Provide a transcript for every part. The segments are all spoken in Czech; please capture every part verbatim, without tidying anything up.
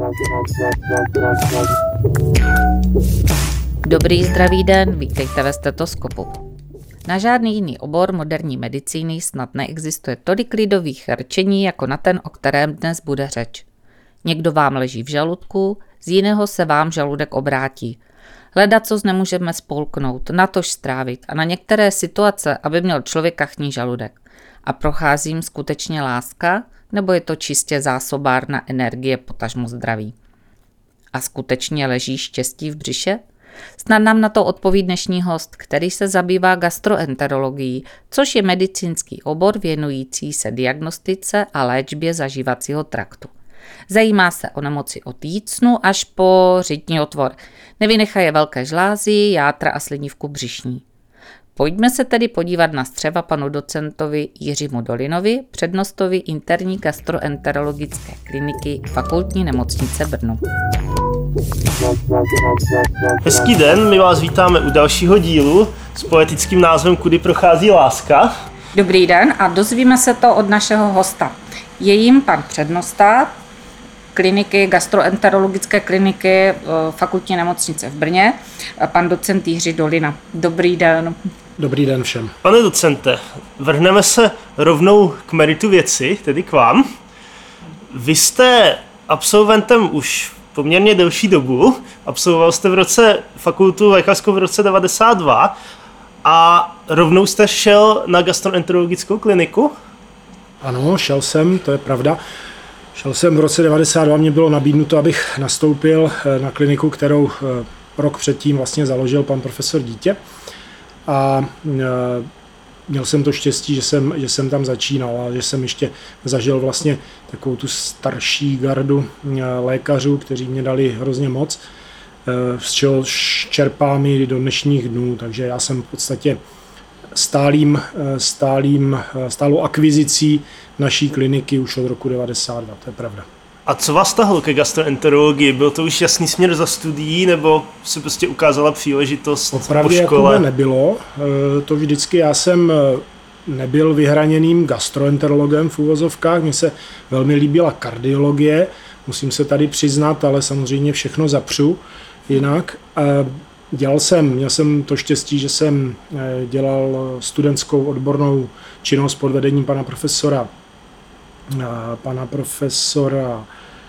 Dobrý zdravý den, vítejte ve stetoskopu. Na žádný jiný obor moderní medicíny snad neexistuje tolik lidových rčení jako na ten, o kterém dnes bude řeč. Někdo vám leží v žaludku, z jiného se vám žaludek obrátí. Hledacos nemůžeme spolknout, natož strávit a na některé situace, aby měl člověk kachní žaludek. A procházím skutečně láska, nebo je to čistě zásobárna energie potažmo zdraví? A skutečně leží štěstí v břiše? Snad nám na to odpoví dnešní host, který se zabývá gastroenterologií, což je medicínský obor věnující se diagnostice a léčbě zažívacího traktu. Zajímá se o nemoci od jícnu až po řitní otvor. Nevynechaje velké žlázy, játra a slinivku břišní. Pojďme se tedy podívat na střeva panu docentovi Jiřímu Dolinovi, přednostovi interní gastroenterologické kliniky Fakultní nemocnice Brno. Hezký den, my vás vítáme u dalšího dílu s poetickým názvem Kudy prochází láska. Dobrý den a dozvíme se to od našeho hosta. Je jím pan přednosta kliniky, gastroenterologické kliniky Fakultní nemocnice v Brně, pan docent Jiří Dolina. Dobrý den. Dobrý den všem. Pane docente, vrhneme se rovnou k meritu věci, tedy k vám. Vy jste absolventem už poměrně delší dobu, absolvoval jste v roce fakultu lékařskou v roce devadesát dva a rovnou jste šel na gastroenterologickou kliniku? Ano, šel jsem, to je pravda. Šel jsem v roce devadesát dva, mě bylo nabídnuto, abych nastoupil na kliniku, kterou rok předtím vlastně založil pan profesor Dítě. A měl jsem to štěstí, že jsem, že jsem tam začínal a že jsem ještě zažil vlastně takovou tu starší gardu lékařů, kteří mě dali hrozně moc, z čeho čerpám i do dnešních dnů, takže já jsem v podstatě stálým, stálým, stálou akvizicí naší kliniky už od roku devadesát dva, to je pravda. A co vás tahlo ke gastroenterologii? Byl to už jasný směr za studií, nebo se prostě ukázala příležitost Opravdě po škole? Opravdu nebylo. To vždycky já jsem nebyl vyhraněným gastroenterologem v uvozovkách. Mně se velmi líbila kardiologie, musím se tady přiznat, ale samozřejmě všechno zapřu jinak. Dělal jsem, měl jsem to štěstí, že jsem dělal studentskou odbornou činnost pod vedením pana profesora pana profesora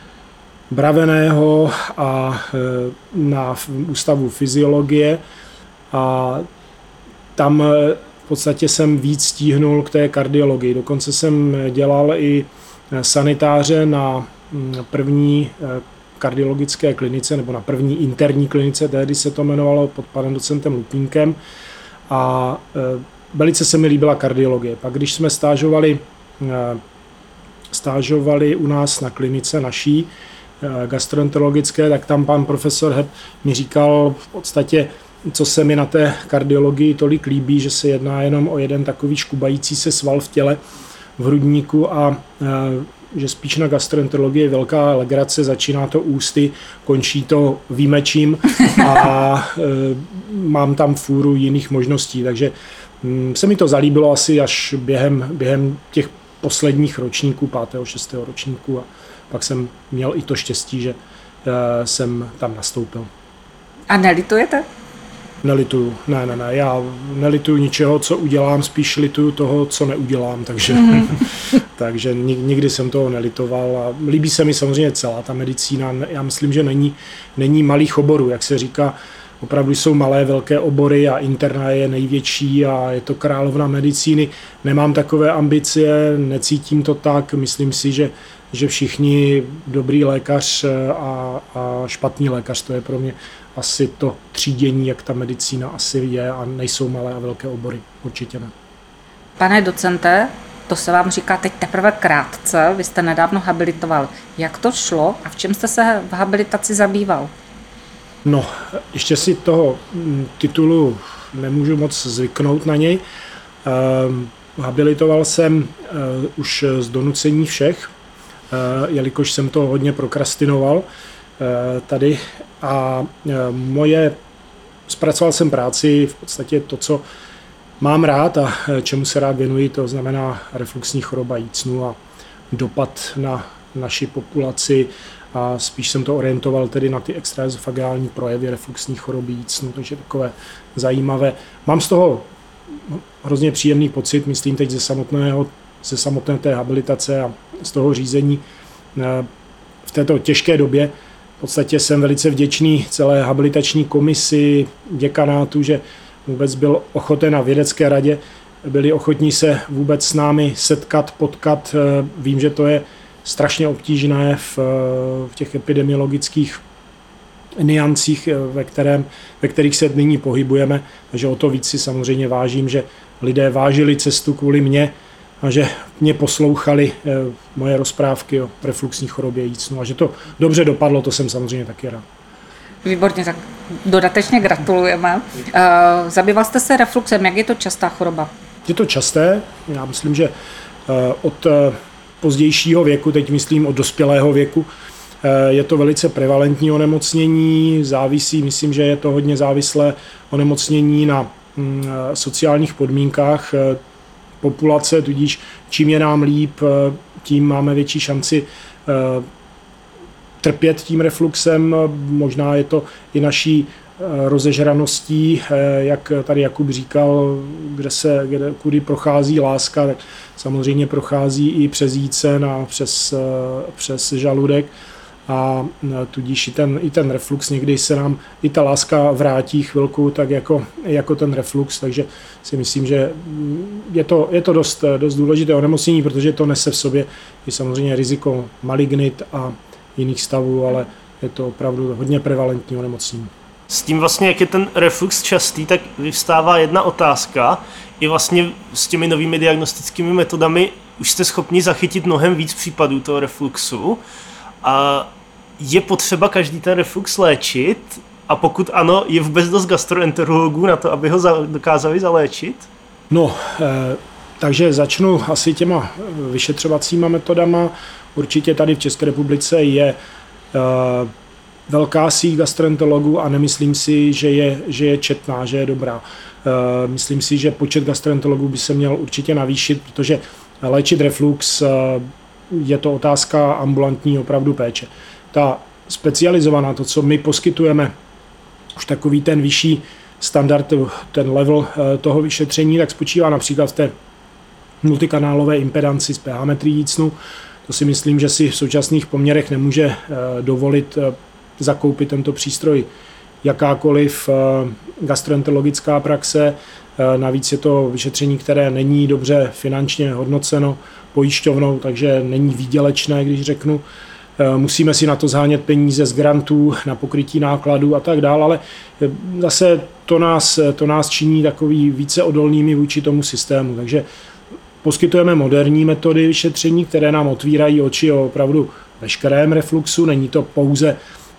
Braveného a na ústavu fyziologie a tam v podstatě jsem víc stíhnul k té kardiologii. Dokonce jsem dělal i sanitáře na první kardiologické klinice nebo na první interní klinice, tehdy se to jmenovalo pod panem docentem Lupínkem a velice se mi líbila kardiologie. Pak když jsme stážovali stážovali u nás na klinice naší gastroenterologické, tak tam pan profesor Heb mi říkal v podstatě, co se mi na té kardiologii tolik líbí, že se jedná jenom o jeden takový škubající se sval v těle, v hrudníku a že spíš na gastroenterologii je velká legrace, začíná to ústy, končí to výmečím a mám tam fůru jiných možností, takže se mi to zalíbilo asi až během, během těch posledních ročníků, pátého, šestého ročníku a pak jsem měl i to štěstí, že jsem tam nastoupil. A nelitujete? Nelituju, ne, ne, ne, já nelituju ničeho, co udělám, spíš lituju toho, co neudělám, takže, mm-hmm. takže nikdy jsem toho nelitoval a líbí se mi samozřejmě celá ta medicína, já myslím, že není, není malých oborů, jak se říká, opravdu jsou malé, velké obory a interna je největší a je to královna medicíny. Nemám takové ambice, necítím to tak, myslím si, že, že všichni dobrý lékař a, a špatný lékař, to je pro mě asi to třídění, jak ta medicína asi je a nejsou malé a velké obory, určitě ne. Pane docente, to se vám říká teď teprve krátce, vy jste nedávno habilitoval. Jak to šlo a v čem jste se v habilitaci zabýval? No, ještě si toho titulu nemůžu moc zvyknout na něj. Uh, habilitoval jsem uh, už z donucení všech, uh, jelikož jsem to hodně prokrastinoval uh, tady a uh, moje, zpracoval jsem práci, v podstatě to, co mám rád a čemu se rád věnuji, to znamená refluxní choroba jícnu a dopad na naši populaci a spíš jsem to orientoval tedy na ty extraezofagální projevy refluxní choroby jícnu, takže takové zajímavé. Mám z toho hrozně příjemný pocit, myslím teď ze samotného, ze samotné té habilitace a z toho řízení v této těžké době. V podstatě jsem velice vděčný celé habilitační komisi, děkanátu, že vůbec byl ochoten na vědecké radě, byli ochotní se vůbec s námi setkat, potkat. Vím, že to je strašně obtížné v, v těch epidemiologických niancích, ve, kterém, ve kterých se nyní pohybujeme, takže o to víc si samozřejmě vážím, že lidé vážili cestu kvůli mně a že mě poslouchali moje rozprávky o refluxní chorobě jícnu a že to dobře dopadlo, to jsem samozřejmě taky rád. Výborně, tak dodatečně gratulujeme. Zabýval jste se refluxem, jak je to častá choroba? Je to časté, já myslím, že od pozdějšího věku, teď myslím od dospělého věku, je to velice prevalentní onemocnění, závisí, myslím, že je to hodně závislé onemocnění na sociálních podmínkách populace, tudíž čím je nám líp, tím máme větší šanci trpět tím refluxem. Možná je to i naší rozežraností, jak tady Jakub říkal, kde se, kde, kudy prochází láska, tak samozřejmě prochází i přes jícen a přes, přes žaludek. A tudíž i ten, i ten reflux, někdy se nám i ta láska vrátí chvilku, tak jako, jako ten reflux, takže si myslím, že je to, je to dost, dost důležité onemocnění, protože to nese v sobě i samozřejmě riziko malignit a jiných stavů, ale je to opravdu hodně prevalentní onemocnění. S tím vlastně, jak je ten reflux častý, tak vyvstává jedna otázka. I vlastně s těmi novými diagnostickými metodami už jste schopni zachytit mnohem víc případů toho refluxu. A je potřeba každý ten reflux léčit? A pokud ano, je vůbec dost gastroenterologů na to, aby ho za, dokázali zaléčit? No, eh, takže začnu asi těma vyšetřovacíma metodama. Určitě tady v České republice je eh, velká síť gastroenterologů a nemyslím si, že je, že je četná, že je dobrá. Eh, myslím si, že počet gastroenterologů by se měl určitě navýšit, protože léčit reflux eh, je to otázka ambulantní opravdu péče. Ta specializovaná, to, co my poskytujeme, už takový ten vyšší standard, ten level toho vyšetření, tak spočívá například v té multikanálové impedanci s pH-metrií jícnu. To si myslím, že si v současných poměrech nemůže dovolit zakoupit tento přístroj jakákoliv gastroenterologická praxe. Navíc je to vyšetření, které není dobře finančně hodnoceno pojišťovnou, takže není výdělečné, když řeknu. Musíme si na to zhánět peníze z grantů na pokrytí nákladů a tak dále, ale zase to nás, to nás činí takový více odolnými vůči tomu systému. Takže poskytujeme moderní metody vyšetření, které nám otvírají oči o opravdu veškerém refluxu. Není to pouze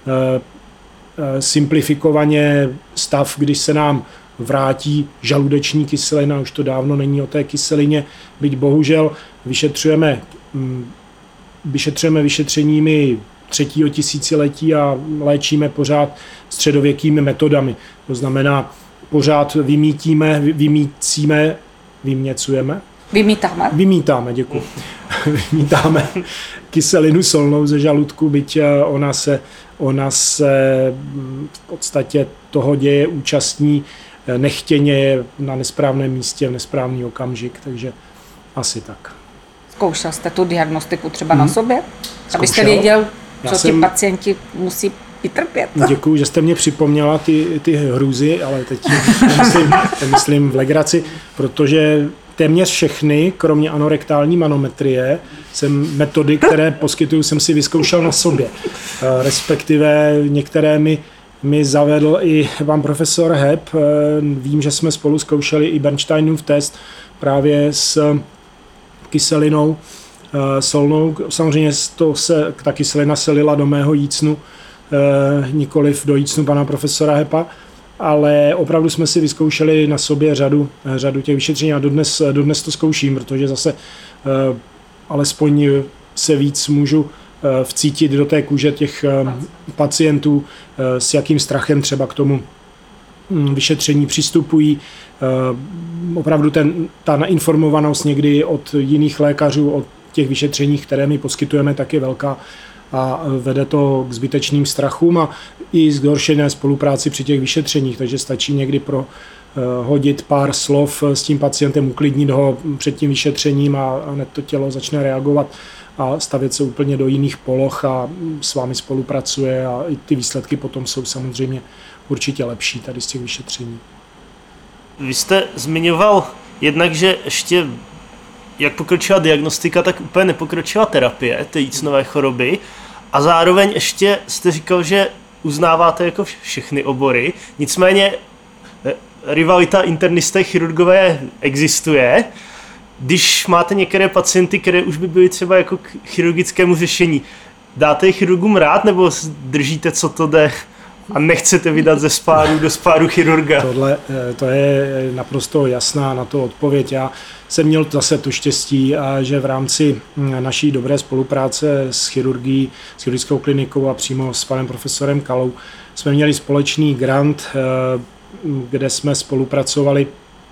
simplifikovaně stav, když se nám vrátí žaludeční kyselina, už to dávno není o té kyselině, byť bohužel vyšetřujeme, vyšetřujeme vyšetřeními třetího tisíciletí a léčíme pořád středověkými metodami. To znamená, pořád vymítíme, vymícíme, vyměcujeme? Vymítáme. Vymítáme, děkuji. Vymítáme kyselinu solnou ze žaludku, byť ona se, ona se v podstatě toho děje účastní nechtěně, je na nesprávném místě v nesprávný okamžik, takže asi tak. Zkoušel jste tu diagnostiku třeba hmm. na sobě? Zkoušel. Abyste věděl, co jsem... ti pacienti musí vytrpět. Děkuju, že jste mě připomněla ty, ty hrůzy, ale teď myslím, myslím v legraci, protože téměř všechny, kromě anorektální manometrie, jsem metody, které poskytuju, jsem si vyzkoušel na sobě. Respektive některé mi, mi zavedl i pan profesor Heb. Vím, že jsme spolu zkoušeli i Bernsteinův test právě s kyselinou solnou. Samozřejmě to se, ta kyselina se lila do mého jícnu, nikoliv do jícnu pana profesora Hepa, ale opravdu jsme si vyzkoušeli na sobě řadu, řadu těch vyšetření a dodnes, dodnes to zkouším, protože zase alespoň se víc můžu vcítit do té kůže těch pacientů, s jakým strachem třeba k tomu vyšetření přistupují. Opravdu ten, ta informovanost někdy od jiných lékařů, od těch vyšetřeních, které my poskytujeme, tak je velká. a vede to k zbytečným strachům a i zhoršené spolupráci při těch vyšetřeních, takže stačí někdy pro hodit pár slov s tím pacientem, uklidnit ho před tím vyšetřením a hned to tělo začne reagovat a stavět se úplně do jiných poloh a s vámi spolupracuje a i ty výsledky potom jsou samozřejmě určitě lepší tady z těch vyšetření. Vy jste zmiňoval jednak, že ještě jak pokročila diagnostika, tak úplně nepokročila terapie té jícnové choroby a zároveň ještě jste říkal, že uznáváte jako všechny obory, nicméně rivalita internisté chirurgové existuje. Když máte některé pacienty, které už by byly třeba jako k chirurgickému řešení, dáte je chirurgům rád nebo držíte, co to jde a nechcete vydat ze spáru do spáru chirurga? Tohle to je naprosto jasná na to odpověď. Já jsem měl zase to štěstí, že v rámci naší dobré spolupráce s chirurgií, s chirurgickou klinikou a přímo s panem profesorem Kalou jsme měli společný grant, kde jsme spolupracovali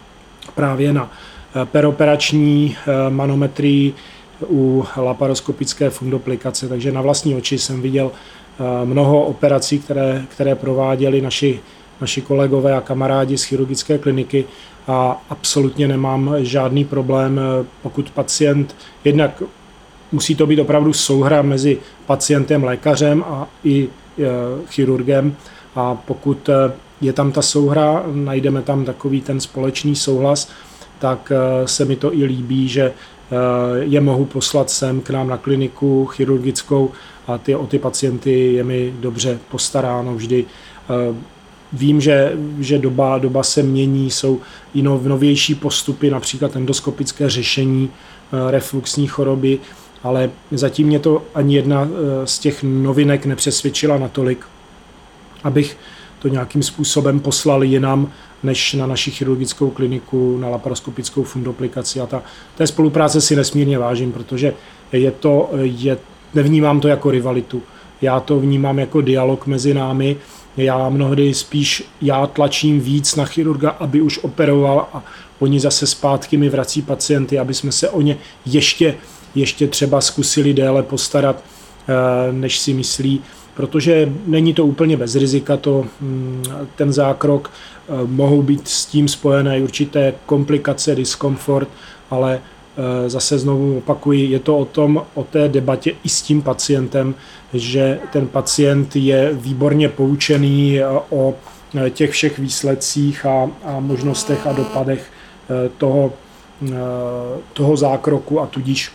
právě na peroperační manometrii u laparoskopické fundoplikace, takže na vlastní oči jsem viděl mnoho operací, které, které prováděli naši, naši kolegové a kamarádi z chirurgické kliniky a absolutně nemám žádný problém, pokud pacient, jednak musí to být opravdu souhra mezi pacientem, lékařem a i chirurgem a pokud je tam ta souhra, najdeme tam takový ten společný souhlas, tak se mi to i líbí, že je mohu poslat sem k nám na kliniku chirurgickou a ty, o ty pacienty je mi dobře postaráno vždy. Vím, že, že doba, doba se mění, jsou i novější postupy, například endoskopické řešení refluxní choroby, ale zatím mě to ani jedna z těch novinek nepřesvědčila natolik, abych to nějakým způsobem poslal jinam, než na naši chirurgickou kliniku, na laparoskopickou fundoplikaci. A ta, té spolupráce si nesmírně vážím, protože je to, je, nevnímám to jako rivalitu. Já to vnímám jako dialog mezi námi. Já mnohdy spíš já tlačím víc na chirurga, aby už operoval a oni zase zpátky mi vrací pacienty, aby jsme se o ně ještě, ještě třeba zkusili déle postarat, než si myslí. Protože není to úplně bez rizika, to, ten zákrok, mohou být s tím spojené určité komplikace, diskomfort, ale zase znovu opakuji, je to o tom, o té debatě i s tím pacientem, že ten pacient je výborně poučený o těch všech výsledcích a, a možnostech a dopadech toho, toho zákroku a tudíž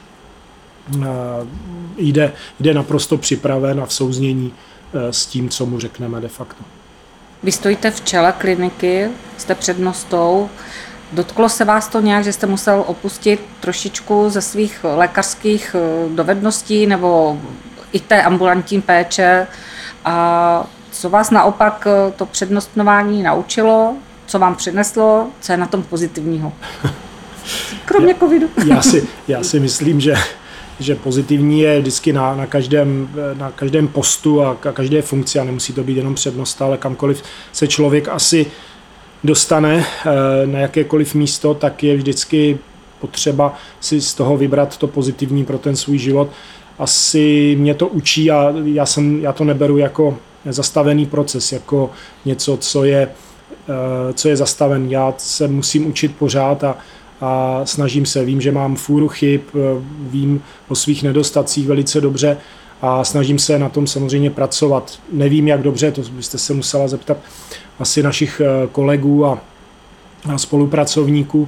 jde, jde naprosto připraven a v souznění s tím, co mu řekneme de facto. Vy stojíte v čele kliniky, jste přednostou. Dotklo se vás to nějak, že jste musel opustit trošičku ze svých lékařských dovedností nebo i té ambulantní péče? A co vás naopak to přednostňování naučilo? Co vám přineslo? Co je na tom pozitivního? Kromě covidu. Já si, já si myslím, že že pozitivní je vždycky na, na, každém, na každém postu a každé funkci a nemusí to být jenom přednosta, ale kamkoliv se člověk asi dostane na jakékoliv místo, tak je vždycky potřeba si z toho vybrat to pozitivní pro ten svůj život. Asi mě to učí a já, jsem, já to neberu jako zastavený proces, jako něco, co je, co je zastaven. Já se musím učit pořád a a snažím se, vím, že mám fůru chyb, vím o svých nedostacích velice dobře a snažím se na tom samozřejmě pracovat. Nevím, jak dobře, to byste se musela zeptat asi našich kolegů a, a spolupracovníků.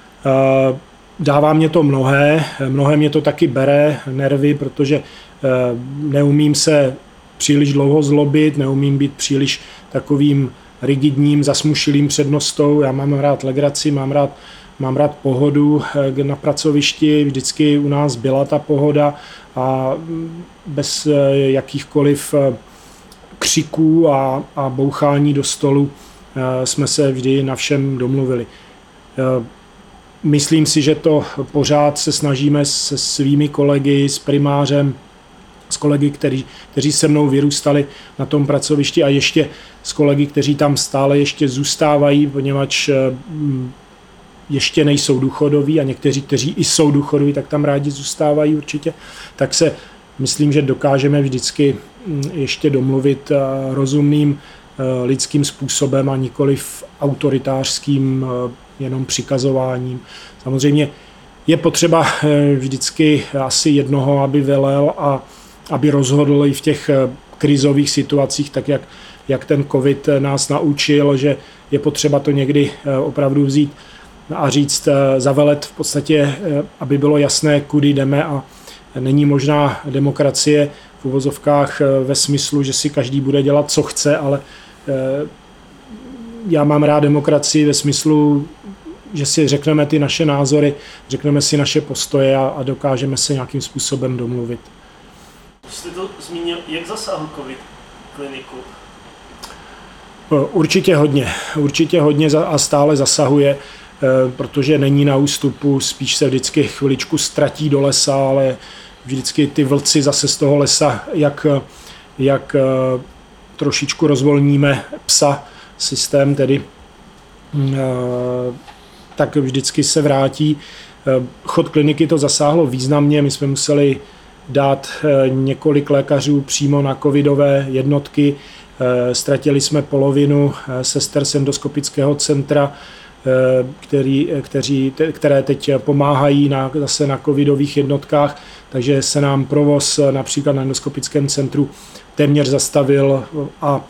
Dává mě to mnohé, mnohé mě to taky bere, nervy, protože neumím se příliš dlouho zlobit, neumím být příliš takovým rigidním, zasmušilým přednostou. Já mám rád legraci, mám rád Mám rád pohodu na pracovišti, vždycky u nás byla ta pohoda a bez jakýchkoliv křiků a, a bouchání do stolu jsme se vždy na všem domluvili. Myslím si, že to pořád se snažíme se svými kolegy, s primářem, s kolegy, kteří, kteří se mnou vyrůstali na tom pracovišti a ještě s kolegy, kteří tam stále ještě zůstávají, poněvadž ještě nejsou důchodoví a někteří, kteří i jsou důchodoví, tak tam rádi zůstávají určitě, tak se myslím, že dokážeme vždycky ještě domluvit rozumným lidským způsobem a nikoliv autoritářským jenom přikazováním. Samozřejmě je potřeba vždycky asi jednoho, aby velel a aby rozhodl i v těch krizových situacích, tak jak, jak ten covid nás naučil, že je potřeba to někdy opravdu vzít a říct, zavelet v podstatě, aby bylo jasné, kudy jdeme, a není možná demokracie v uvozovkách ve smyslu, že si každý bude dělat, co chce, ale já mám rád demokracii ve smyslu, že si řekneme ty naše názory, řekneme si naše postoje a, a dokážeme se nějakým způsobem domluvit. Jste to zmínil, jak zasáhl covid kliniku? Určitě hodně, určitě hodně a stále zasahuje, protože není na ústupu, spíš se vždycky chviličku ztratí do lesa, ale vždycky ty vlci zase z toho lesa, jak, jak trošičku rozvolníme psa, systém tedy, tak vždycky se vrátí. Chod kliniky to zasáhlo významně, my jsme museli dát několik lékařů přímo na covidové jednotky, ztratili jsme polovinu sester z endoskopického centra, který, kteří, které teď pomáhají na, zase na covidových jednotkách, takže se nám provoz například na endoskopickém centru téměř zastavil a, a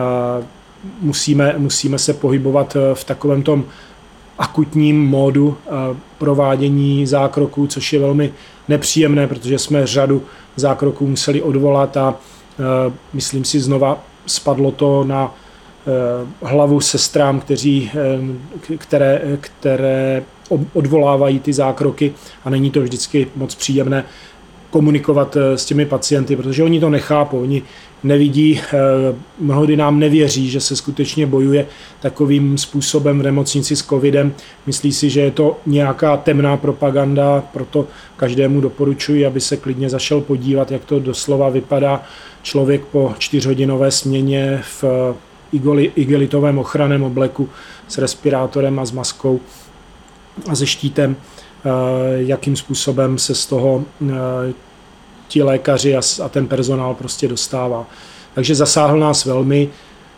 musíme, musíme se pohybovat v takovém tom akutním módu provádění zákroků, což je velmi nepříjemné, protože jsme řadu zákroků museli odvolat a myslím si znova spadlo to na hlavu sestrám, kteří, které, které odvolávají ty zákroky, a není to vždycky moc příjemné komunikovat s těmi pacienty, protože oni to nechápou, oni nevidí, mnohdy nám nevěří, že se skutečně bojuje takovým způsobem v nemocnici s covidem. Myslí si, že je to nějaká temná propaganda, proto každému doporučuji, aby se klidně zašel podívat, jak to doslova vypadá. Člověk po čtyřhodinové směně v igelitovém ochranném obleku s respirátorem a s maskou a se štítem, jakým způsobem se z toho ti lékaři a ten personál prostě dostává. Takže zasáhl nás velmi.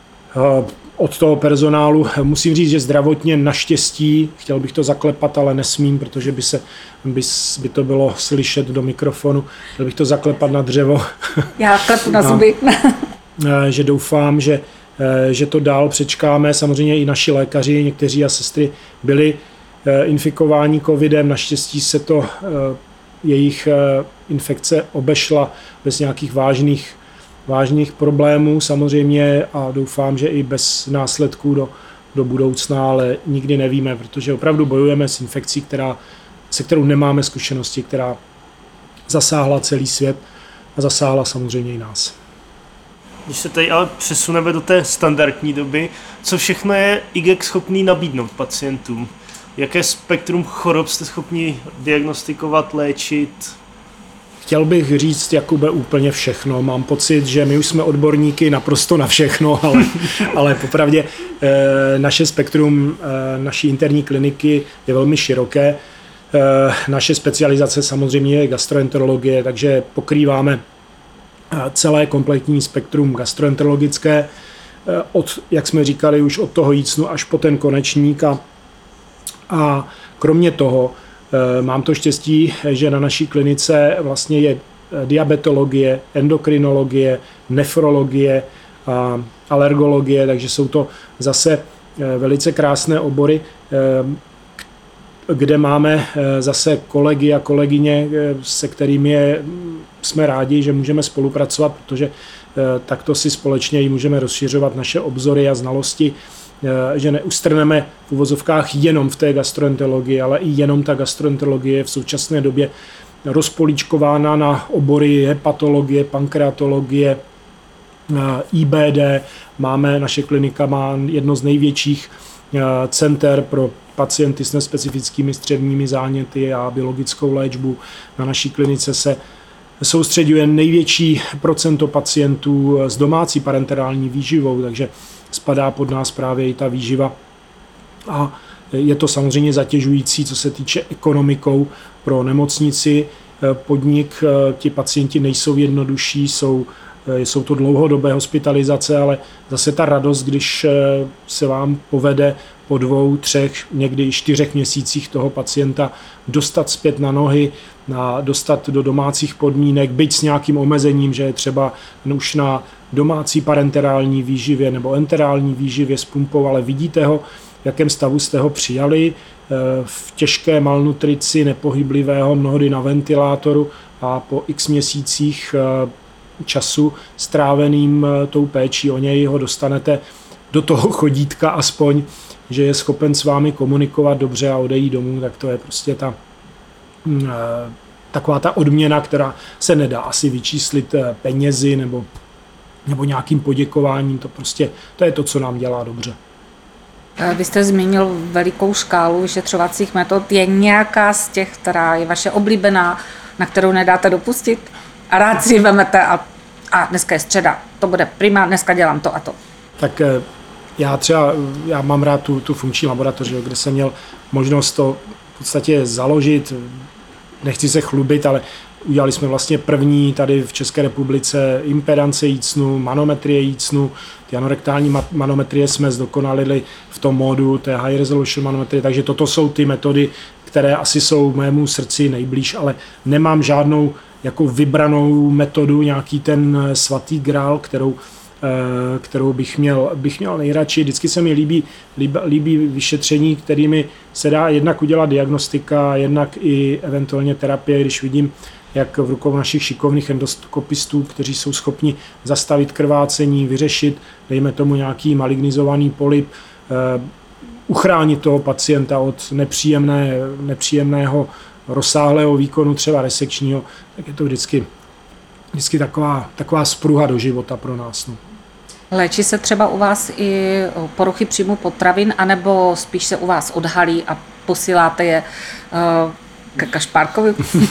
Od toho personálu musím říct, že zdravotně naštěstí, chtěl bych to zaklepat, ale nesmím, protože by, se, by, by to bylo slyšet do mikrofonu, chtěl bych to zaklepat na dřevo. Já klepu na zuby. A, že doufám, že, že to dál přečkáme. Samozřejmě i naši lékaři, někteří a sestry byli infikováni covidem, naštěstí se to jejich infekce obešla bez nějakých vážných, vážných problémů samozřejmě, a doufám, že i bez následků do, do budoucna, ale nikdy nevíme, protože opravdu bojujeme s infekcí, která, se kterou nemáme zkušenosti, která zasáhla celý svět a zasáhla samozřejmě i nás. Když se tady ale přesuneme do té standardní doby, co všechno je I G E K schopný nabídnout pacientům? Jaké spektrum chorob jste schopni diagnostikovat, léčit? Chtěl bych říct, Jakube, úplně všechno. Mám pocit, že my už jsme odborníky naprosto na všechno, ale, ale popravdě e, naše spektrum e, naší interní kliniky je velmi široké. E, naše specializace samozřejmě je gastroenterologie, takže pokrýváme celé kompletní spektrum gastroenterologické, e, od, jak jsme říkali, už od toho jícnu až po ten konečník. A, a kromě toho mám to štěstí, že na naší klinice vlastně je diabetologie, endokrinologie, nefrologie, alergologie, takže jsou to zase velice krásné obory, kde máme zase kolegy a kolegyně, se kterými je, jsme rádi, že můžeme spolupracovat, protože takto si společně i můžeme rozšiřovat naše obzory a znalosti, že neustrneme v uvozovkách jenom v té gastroenterologii, ale i jenom ta gastroenterologie je v současné době rozpolíčkována na obory hepatologie, pankreatologie, I B D. Máme, naše klinika má jedno z největších center pro pacienty s nespecifickými střevními záněty a biologickou léčbu. Na naší klinice se soustředuje největší procento pacientů s domácí parenterální výživou, takže spadá pod nás právě i ta výživa. A je to samozřejmě zatěžující, co se týče ekonomikou pro nemocnici. podnik, ti pacienti nejsou jednodušší, jsou, jsou to dlouhodobé hospitalizace, ale zase ta radost, když se vám povede po dvou, třech, někdy i čtyřech měsících toho pacienta dostat zpět na nohy, na, dostat do domácích podmínek, byť s nějakým omezením, že je třeba už na domácí parenterální výživě nebo enterální výživě s pumpou, ale vidíte ho, v jakém stavu jste ho přijali, v těžké malnutrici, nepohyblivého, mnohdy na ventilátoru a po x měsících času stráveným tou péčí o něj ho dostanete do toho chodítka aspoň, že je schopen s vámi komunikovat dobře a odejít domů, tak to je prostě ta taková ta odměna, která se nedá asi vyčíslit penězi nebo, nebo nějakým poděkováním, to prostě to je to, co nám dělá dobře. Vy jste zmínil velikou škálu vyšetřovacích metod. Je nějaká z těch, která je vaše oblíbená, na kterou nedáte dopustit? A rád si vemete a, a dneska je středa, to bude prima, dneska dělám to a to. Tak já třeba, já mám rád tu, tu funkční laboratoř, kde jsem měl možnost to v podstatě založit, nechci se chlubit, ale udělali jsme vlastně první tady v České republice impedance jícnu, manometrie jícnu, ty anorektální manometrie jsme zdokonalili v tom módu té high resolution manometrie, takže toto jsou ty metody, které asi jsou mému srdci nejblíž, ale nemám žádnou jako vybranou metodu, nějaký ten svatý grál, kterou, kterou bych měl, bych měl nejradši. Vždycky se mi líbí, líbí, líbí vyšetření, kterými se dá jednak udělat diagnostika, jednak i eventuálně terapie, když vidím, jak v rukou našich šikovných endoskopistů, kteří jsou schopni zastavit krvácení, vyřešit, dejme tomu nějaký malignizovaný polyp, uchránit toho pacienta od nepříjemné, nepříjemného rozsáhlého výkonu, třeba resekčního, tak je to vždycky, vždycky taková, taková spruha do života pro nás. No. Léčí se třeba u vás i poruchy příjmu potravin, anebo spíš se u vás odhalí a posíláte je uh, ke Kašpárkovi?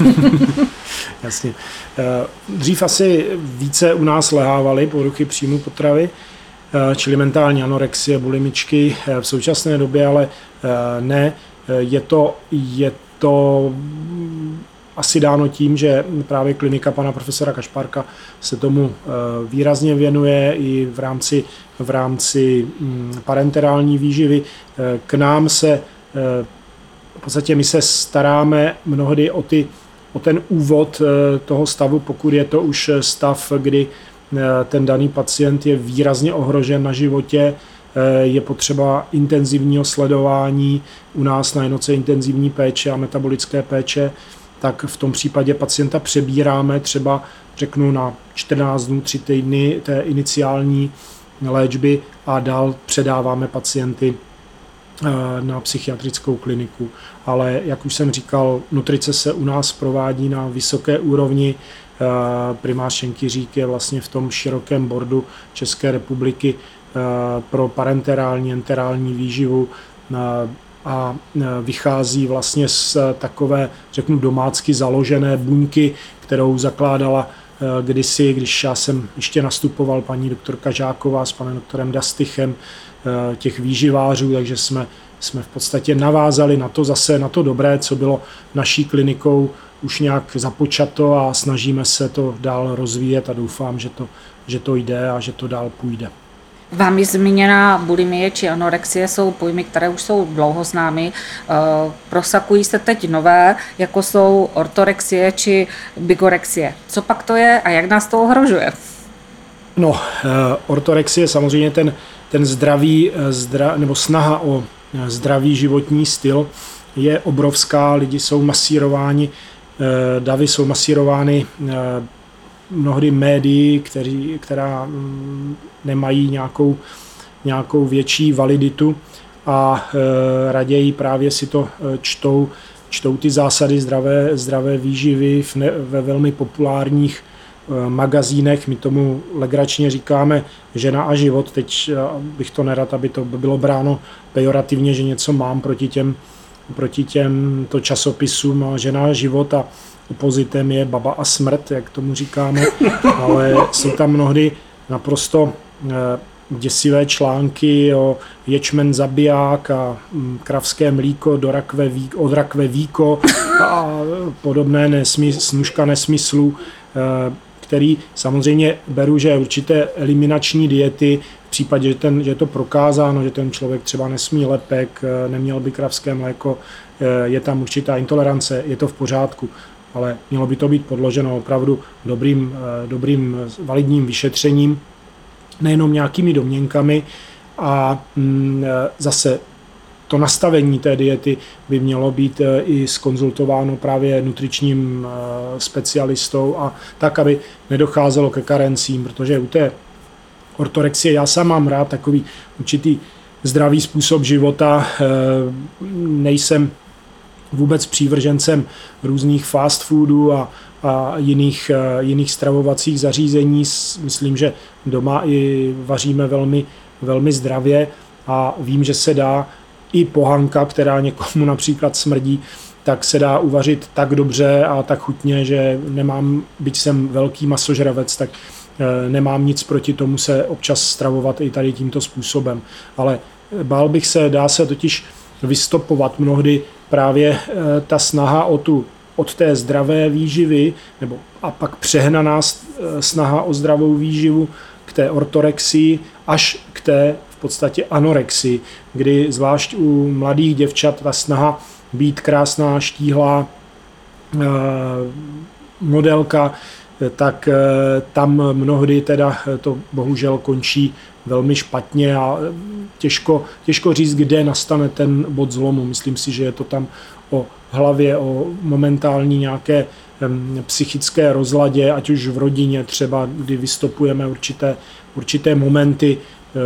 Jasně. Dřív asi více u nás lehávaly poruchy příjmu potravy, čili mentální anorexie, bulimičky. V současné době ale ne. Je to, je to asi dáno tím, že právě klinika pana profesora Kašpárka se tomu výrazně věnuje i v rámci, v rámci parenterální výživy. K nám se v podstatě my se staráme mnohdy o, ty, o ten úvod toho stavu, pokud je to už stav, kdy ten daný pacient je výrazně ohrožen na životě, je potřeba intenzivního sledování u nás na jednotce intenzivní péče a metabolické péče, tak v tom případě pacienta přebíráme třeba, řeknu, na čtrnáct dnů, tři týdny té iniciální léčby a dál předáváme pacienty na psychiatrickou kliniku. Ale jak už jsem říkal, nutrice se u nás provádí na vysoké úrovni. Primář Šenkyřík je vlastně v tom širokém bordu České republiky pro parenterální, enterální výživu a vychází vlastně z takové, řeknu, domácky založené buňky, kterou zakládala kdysi, když já jsem ještě nastupoval, paní doktorka Žáková s panem doktorem Dastychem, těch výživářů, takže jsme, jsme v podstatě navázali na to zase, na to dobré, co bylo naší klinikou už nějak započato a snažíme se to dál rozvíjet a doufám, že to, že to jde a že to dál půjde. Vámi zmíněná bulimie či anorexie jsou pojmy, které už jsou dlouho známy. Prosakují se teď nové, jako jsou ortorexie či bigorexie. Co pak to je a jak nás to ohrožuje? No, ortorexie samozřejmě ten, ten zdravý, zdra, nebo snaha o zdravý životní styl je obrovská. Lidi jsou masírováni, davy jsou masírovány mnohdy médií, který, která nemají nějakou, nějakou větší validitu a e, raději právě si to čtou, čtou ty zásady zdravé, zdravé výživy v ne, ve velmi populárních e, magazínech. My tomu legračně říkáme žena a život. Teď bych to nerad, aby to bylo bráno pejorativně, že něco mám proti těm, proti těmto časopisům žena a život a opozitem je baba a smrt, jak tomu říkáme, ale jsou tam mnohdy naprosto děsivé články o ječmen zabiják a kravské mlíko do rakve víko, od rakve víko a podobné nesmysl, snůška nesmyslů, který samozřejmě beru, že určité eliminační diety, v případě, že, ten, že je to prokázáno, že ten člověk třeba nesmí lepek, neměl by kravské mléko, je tam určitá intolerance, je to v pořádku, ale mělo by to být podloženo opravdu dobrým, dobrým validním vyšetřením, nejenom nějakými domněnkami a zase to nastavení té diety by mělo být i skonzultováno právě nutričním specialistou a tak, aby nedocházelo ke karencím, protože u té ortorexie já sám mám rád takový určitý zdravý způsob života, nejsem vůbec přívržencem různých fast foodů a, a jiných, jiných stravovacích zařízení. Myslím, že doma i vaříme velmi, velmi zdravě a vím, že se dá i pohanka, která někomu například smrdí, tak se dá uvařit tak dobře a tak chutně, že nemám, byť jsem velký masožravec, tak nemám nic proti tomu se občas stravovat i tady tímto způsobem. Ale bál bych se, dá se totiž vystopovat mnohdy právě ta snaha o tu, od té zdravé výživy, nebo a pak přehnaná snaha o zdravou výživu k té ortorexii, až k té v podstatě anorexii, kdy zvlášť u mladých děvčat ta snaha být krásná, štíhlá modelka, tak tam mnohdy teda to bohužel končí velmi špatně a těžko, těžko říct, kde nastane ten bod zlomu. Myslím si, že je to tam o hlavě, o momentální nějaké psychické rozladě, ať už v rodině třeba, kdy vystopujeme určité, určité momenty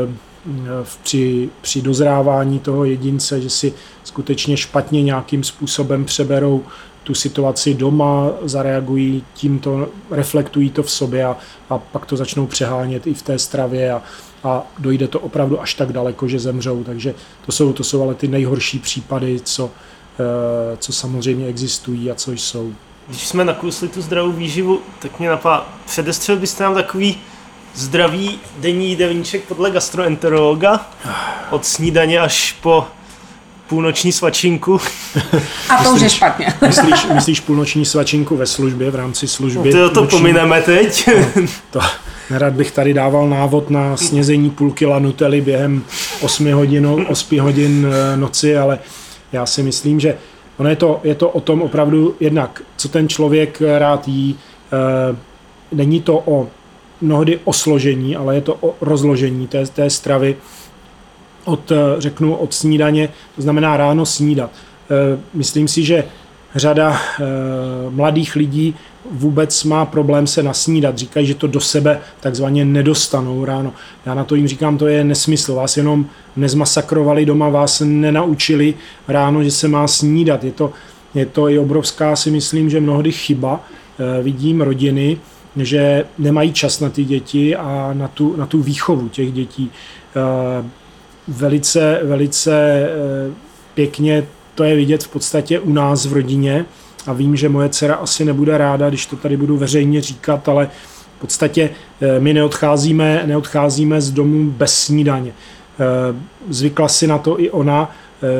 při, při dozrávání toho jedince, že si skutečně špatně nějakým způsobem přeberou tu situaci doma, zareagují tímto, reflektují to v sobě a, a pak to začnou přehánět i v té stravě a, a dojde to opravdu až tak daleko, že zemřou. Takže to jsou, to jsou ale ty nejhorší případy, co, co samozřejmě existují a co jsou. Když jsme nakousli tu zdravou výživu, tak mě napadá, předestřel byste nám takový zdravý denní jídelníček podle gastroenterologa od snídaně až po půlnoční svačinku. A to už je špatně. Myslíš, myslíš půlnoční svačinku ve službě, v rámci služby? No, to, to pomineme teď. No, to, nerad bych tady dával návod na snězení půl kila Nutelly během osmi hodin, osmi hodin noci, ale já si myslím, že ono je to, je to o tom opravdu jednak, co ten člověk rád jí. E, není to o mnohdy o složení, ale je to o rozložení té, té stravy. Od, řeknu, od snídaně, to znamená ráno snídat. Myslím si, že řada mladých lidí vůbec má problém se nasnídat. Říkají, že to do sebe takzvaně nedostanou ráno. Já na to jim říkám, to je nesmysl. Vás jenom nezmasakrovali doma, vás nenaučili ráno, že se má snídat. Je to, je to i obrovská, si myslím, že mnohdy chyba. Vidím rodiny, že nemají čas na ty děti a na tu, na tu výchovu těch dětí. Velice, velice pěkně to je vidět v podstatě u nás v rodině a vím, že moje dcera asi nebude ráda, když to tady budu veřejně říkat, ale v podstatě my neodcházíme, neodcházíme z domu bez snídaně. Zvykla si na to i ona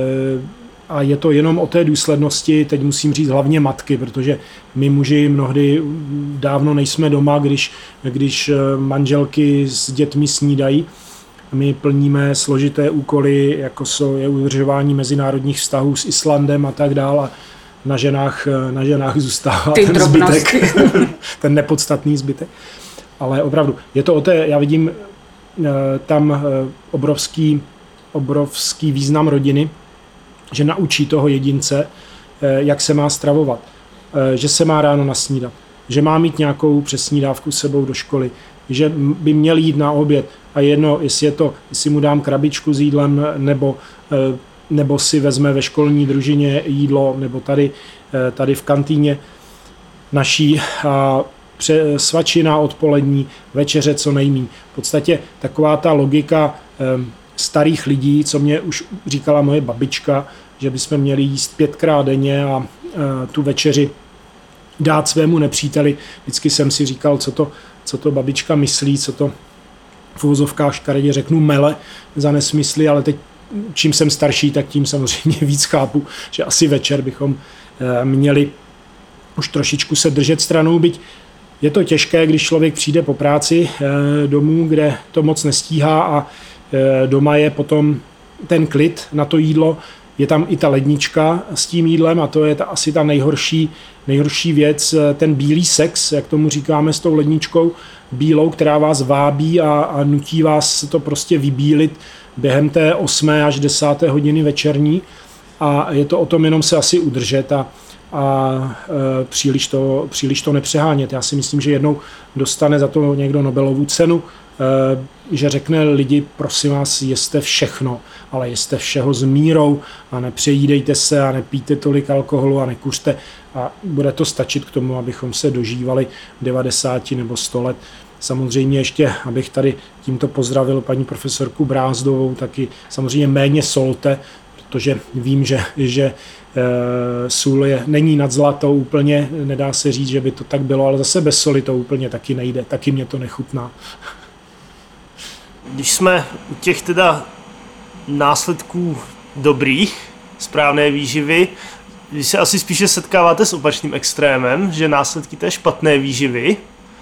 a je to jenom o té důslednosti, teď musím říct hlavně matky, protože my muži mnohdy dávno nejsme doma, když, když manželky s dětmi snídají. My plníme složité úkoly, jako jsou je udržování mezinárodních vztahů s Islandem a tak dále. A na ženách, na ženách zůstává Ty ten drobnosti. zbytek, ten nepodstatný zbytek. Ale opravdu, je to o té, já vidím tam obrovský, obrovský význam rodiny, že naučí toho jedince, jak se má stravovat, že se má ráno nasnídat, že má mít nějakou přesnídávku s sebou do školy, že by měl jít na oběd a jedno, jestli je to, jestli mu dám krabičku s jídlem, nebo, nebo si vezme ve školní družině jídlo, nebo tady, tady v kantýně naší a pře, svačina odpolední, večeře co nejmíň. V podstatě taková ta logika starých lidí, co mě už říkala moje babička, že bychom měli jíst pětkrát denně a tu večeři dát svému nepříteli. Vždycky jsem si říkal, co to, co to babička myslí, co to v uvozovkách škaredě řeknu mele za nesmysly, ale teď čím jsem starší, tak tím samozřejmě víc chápu, že asi večer bychom měli už trošičku se držet stranou, byť je to těžké, když člověk přijde po práci domů, kde to moc nestíhá a doma je potom ten klid na to jídlo, je tam i ta lednička s tím jídlem a to je ta, asi ta nejhorší, nejhorší věc, ten bílý sex, jak tomu říkáme s tou ledničkou bílou, která vás vábí a, a nutí vás to prostě vybílit během té osmé až desáté hodiny večerní a je to o tom jenom se asi udržet a, a e, příliš, to, příliš to nepřehánět. Já si myslím, že jednou dostane za to někdo Nobelovu cenu, e, že řekne lidi, prosím vás, jeste všechno, ale jeste všeho s mírou a nepřejídejte se a nepijte tolik alkoholu a nekuřte a bude to stačit k tomu, abychom se dožívali devadesát nebo sto let. Samozřejmě ještě, abych tady tímto pozdravil paní profesorku Brázdovou, taky samozřejmě méně solte, protože vím, že, že e, sůl je, není nad zlatou úplně, nedá se říct, že by to tak bylo, ale zase bez soli to úplně taky nejde, taky mě to nechutná. Když jsme u těch teda následků dobrých, správné výživy, vy se asi spíše setkáváte s opačným extrémem, že následky té špatné výživy,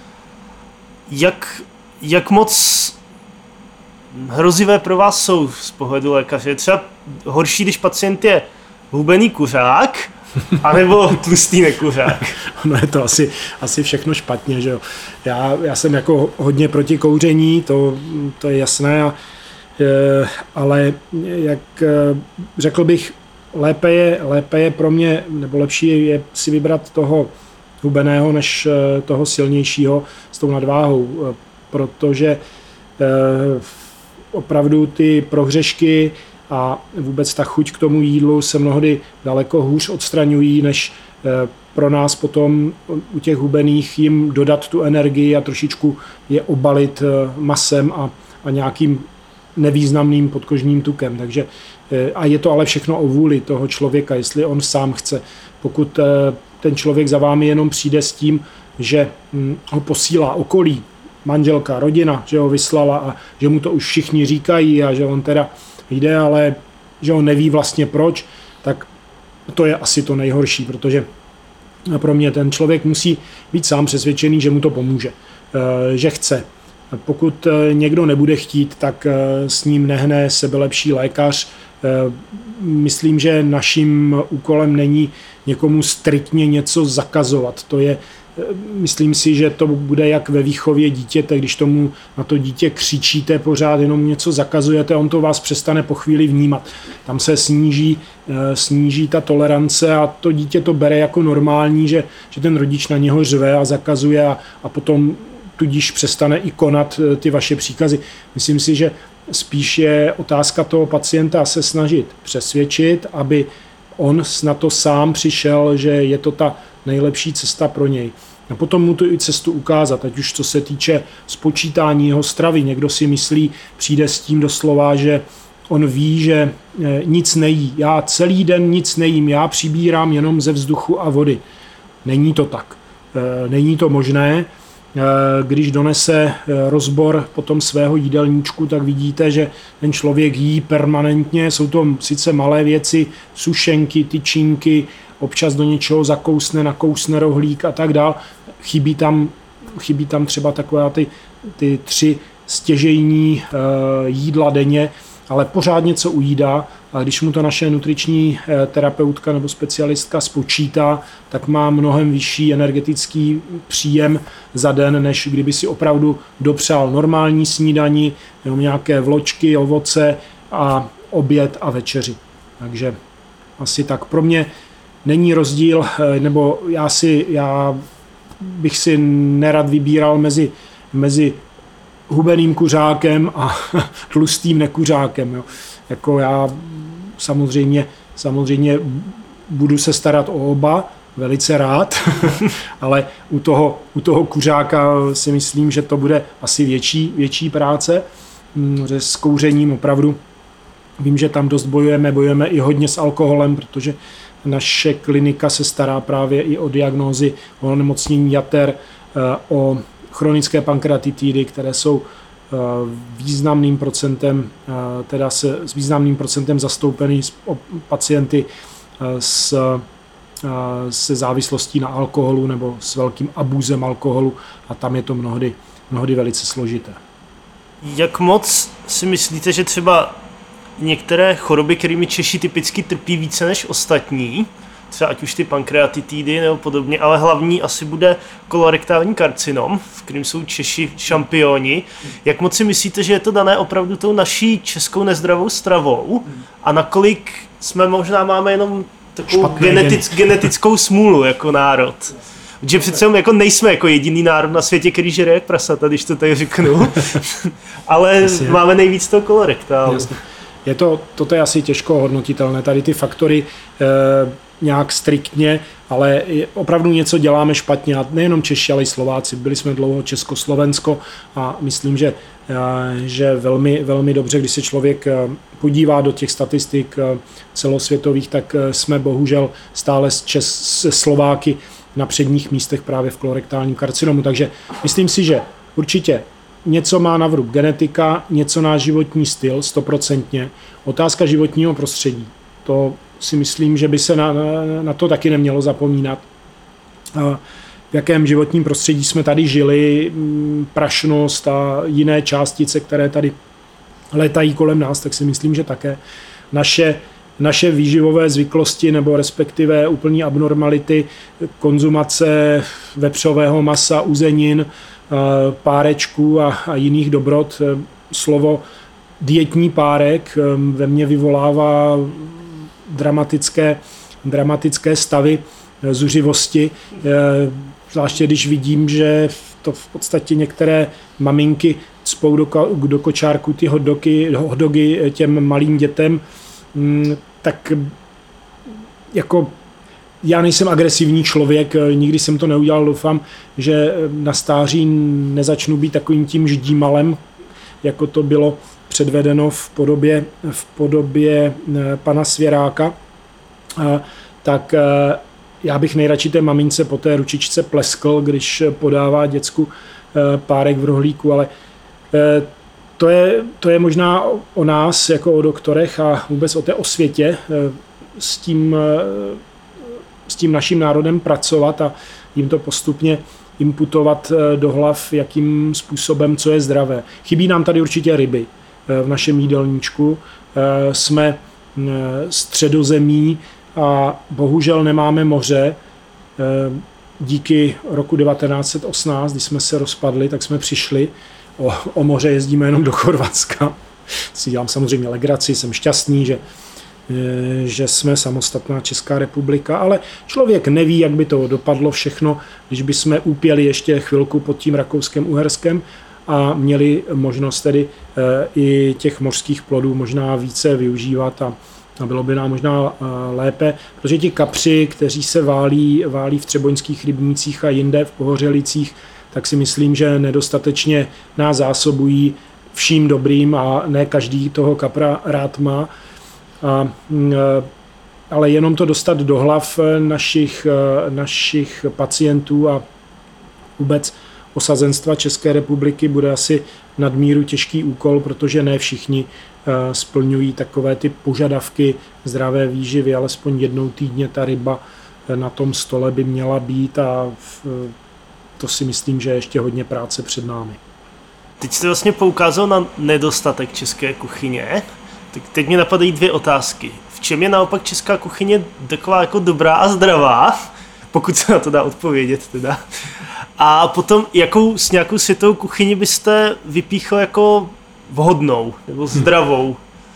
jak, jak moc hrozivé pro vás jsou z pohledu lékaře? Je třeba horší, když pacient je hubený kuřák, anebo tlustý nekuřák? No je to asi, asi všechno špatně, že jo. Já, já jsem jako hodně proti kouření, to, to je jasné, a, e, ale jak řekl bych, lépe je, lépe je pro mě, nebo lepší je si vybrat toho hubeného, než toho silnějšího s tou nadváhou, protože e, opravdu ty prohřešky a vůbec ta chuť k tomu jídlu se mnohdy daleko hůř odstraňují, než pro nás potom u těch hubených jim dodat tu energii a trošičku je obalit masem a, a nějakým nevýznamným podkožním tukem. Takže, a je to ale všechno o vůli toho člověka, jestli on sám chce. Pokud ten člověk za vámi jenom přijde s tím, že ho posílá okolí, manželka, rodina, že ho vyslala a že mu to už všichni říkají a že on teda jde, ale že on neví vlastně proč, tak to je asi to nejhorší, protože pro mě ten člověk musí být sám přesvědčený, že mu to pomůže, že chce. Pokud někdo nebude chtít, tak s ním nehne sebelepší lékař. Myslím, že naším úkolem není někomu striktně něco zakazovat. To je, myslím si, že to bude jak ve výchově dítěte, když tomu na to dítě křičíte pořád, jenom něco zakazujete, on to vás přestane po chvíli vnímat. Tam se sníží, sníží ta tolerance a to dítě to bere jako normální, že, že ten rodič na něho řve a zakazuje a, a potom tudíž přestane i konat ty vaše příkazy. Myslím si, že spíš je otázka toho pacienta se snažit přesvědčit, aby on na to sám přišel, že je to ta nejlepší cesta pro něj. A potom mu tu i cestu ukázat, ať už co se týče spočítání jeho stravy. Někdo si myslí, přijde s tím doslova, že on ví, že nic nejí. Já celý den nic nejím, já přibírám jenom ze vzduchu a vody. Není to tak. Není to možné. Když donese rozbor potom svého jídelníčku, tak vidíte, že ten člověk jí permanentně. Jsou to sice malé věci, sušenky, tyčinky, občas do něčeho zakousne, nakousne rohlík a tak dál. Chybí tam, chybí tam třeba takové ty, ty tři stěžejní jídla denně, ale pořád něco ujídá. A když mu to naše nutriční terapeutka nebo specialistka spočítá, tak má mnohem vyšší energetický příjem za den, než kdyby si opravdu dopřál normální snídani, jenom nějaké vločky, ovoce a oběd a večeři. Takže asi tak. Pro mě není rozdíl, nebo já, si, já bych si nerad vybíral mezi, mezi hubeným kuřákem a tlustým nekuřákem. Jo. Jako já samozřejmě, samozřejmě budu se starat o oba, velice rád, ale u toho, u toho kuřáka si myslím, že to bude asi větší, větší práce. Že s kouřením opravdu vím, že tam dost bojujeme, bojujeme i hodně s alkoholem, protože naše klinika se stará právě i o diagnózy, o onemocnění jater, o chronické pankreatitidy, které jsou významným procentem, teda se, s významným procentem zastoupeny pacienty s se závislostí na alkoholu nebo s velkým abuzem alkoholu a tam je to mnohdy, mnohdy velice složité. Jak moc si myslíte, že třeba některé choroby, kterými Češi typicky trpí více než ostatní, třeba ať už ty pankreatitidy nebo podobně, ale hlavní asi bude kolorektální karcinom, v kterým jsou Češi šampioni. Jak moc si myslíte, že je to dané opravdu tou naší českou nezdravou stravou a nakolik jsme možná máme jenom takovou genetic, genetickou smůlu jako národ? Že přece jako nejsme jako jediný národ na světě, který žere jak prasata, když to tady řeknu, ale Jasně. máme nejvíc toho kolorektálu. Jasně. Je to, toto je asi těžko hodnotitelné, tady ty faktory e, nějak striktně, ale opravdu něco děláme špatně a nejenom Češi, ale i Slováci. Byli jsme dlouho Československo a myslím, že, e, že velmi, velmi dobře, když se člověk podívá do těch statistik celosvětových, tak jsme bohužel stále s, Čes, s Slováky na předních místech právě v kolorektálním karcinomu. Takže myslím si, že určitě něco má na vrub genetika, něco náš životní styl, stoprocentně. Otázka životního prostředí. To si myslím, že by se na, na to taky nemělo zapomínat. V jakém životním prostředí jsme tady žili, prašnost a jiné částice, které tady létají kolem nás, tak si myslím, že také naše naše výživové zvyklosti nebo respektive úplný abnormality konzumace vepřového masa, uzenin, párečků a, a jiných dobrot. Slovo dietní párek ve mně vyvolává dramatické, dramatické stavy zuřivosti, zvláště když vidím, že to v podstatě některé maminky cpou do, do kočárku ty hotdogy, hotdogy těm malým dětem, tak jako já nejsem agresivní člověk, nikdy jsem to neudělal, doufám, že na stáří nezačnu být takovým tím ždímalem, jako to bylo předvedeno v podobě, v podobě pana Svěráka, tak já bych nejradši té mamince po té ručičce pleskl, když podává děcku párek v rohlíku, ale To je, to je možná o nás, jako o doktorech a vůbec o té osvětě s tím, s tím naším národem pracovat a jim to postupně imputovat do hlav, jakým způsobem, co je zdravé. Chybí nám tady určitě ryby v našem jídelníčku. Jsme středozemí a bohužel nemáme moře. Díky roku devatenáct set osmnáct, když jsme se rozpadli, tak jsme přišli O, o moře, jezdíme jenom do Chorvatska. Si dělám samozřejmě legraci, jsem šťastný, že, že jsme samostatná Česká republika, ale člověk neví, jak by to dopadlo všechno, když by jsme úpěli ještě chvilku pod tím Rakouskem-Uherskem a měli možnost tedy i těch mořských plodů možná více využívat a, a bylo by nám možná lépe, protože ti kapři, kteří se válí, válí v třeboňských rybnících a jinde v Pohořelicích, tak si myslím, že nedostatečně nás zásobují vším dobrým a ne každý toho kapra rád má. A, ale jenom to dostat do hlav našich, našich pacientů a vůbec osazenstva České republiky bude asi nadmíru těžký úkol, protože ne všichni splňují takové ty požadavky zdravé výživy, alespoň jednou týdně ta ryba na tom stole by měla být a to si myslím, že je ještě hodně práce před námi. Teď jste vlastně poukázal na nedostatek české kuchyně. Tak teď mě napadají dvě otázky. V čem je naopak česká kuchyně taková jako dobrá a zdravá? Pokud se na to dá odpovědět teda. A potom, jakou s nějakou světovou kuchyni byste vypíchl jako vhodnou nebo zdravou?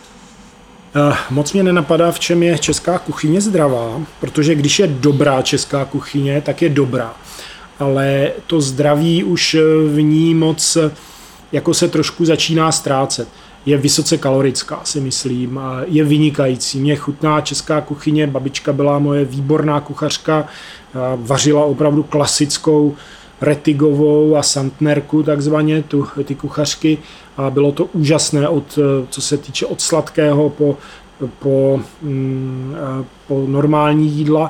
Moc mě nenapadá, v čem je česká kuchyně zdravá, protože když je dobrá česká kuchyně, tak je dobrá. Ale to zdraví už v ní moc jako se trošku začíná ztrácet. Je vysoce kalorická, si myslím, je vynikající. Mně chutná česká kuchyně, babička byla moje výborná kuchařka, vařila opravdu klasickou retigovou a santnerku, takzvaně, tu, ty kuchařky. A bylo to úžasné, od, co se týče od sladkého po, po, po normální jídla.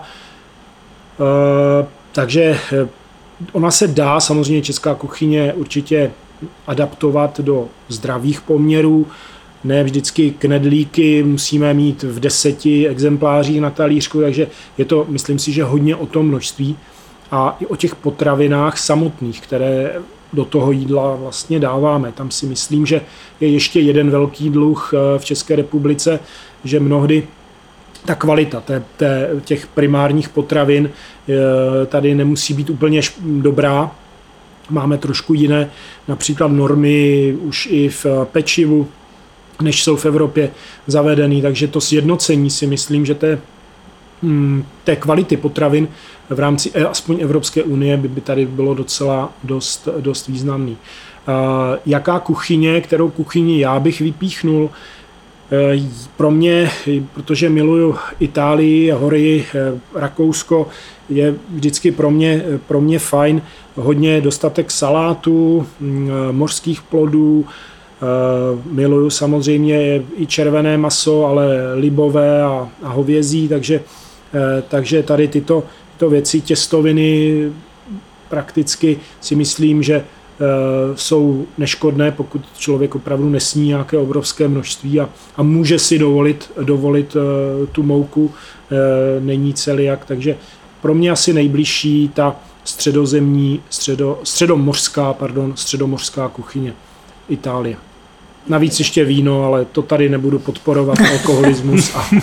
Takže ona se dá, samozřejmě česká kuchyně určitě adaptovat do zdravých poměrů. ne vždycky knedlíky musíme mít v deseti exemplářích na talířku, takže je to, myslím si, že hodně o tom množství a i o těch potravinách samotných, které do toho jídla vlastně dáváme. Tam si myslím, že je ještě jeden velký dluh v České republice, že mnohdy ta kvalita té, té, těch primárních potravin tady nemusí být úplně dobrá. Máme trošku jiné například normy už i v pečivu, než jsou v Evropě zavedený, takže to sjednocení si myslím, že té, té kvality potravin v rámci aspoň Evropské unie by, by tady bylo docela dost, dost významný. Jaká kuchyně, kterou kuchyni já bych vypíchnul? Pro mě, protože miluju Itálii, hory, Rakousko, je vždycky pro mě, pro mě fajn hodně dostatek salátů, mořských plodů, miluju samozřejmě i červené maso, ale libové a, a hovězí, takže, takže tady tyto, tyto věci, těstoviny prakticky si myslím, že jsou neškodné, pokud člověk opravdu nesní nějaké obrovské množství a, a může si dovolit, dovolit tu mouku, není celiak, takže pro mě asi nejbližší ta středozemní, středo, středomořská, pardon, středomořská kuchyně Itálie. Navíc ještě víno, ale to tady nebudu podporovat, alkoholismus. A...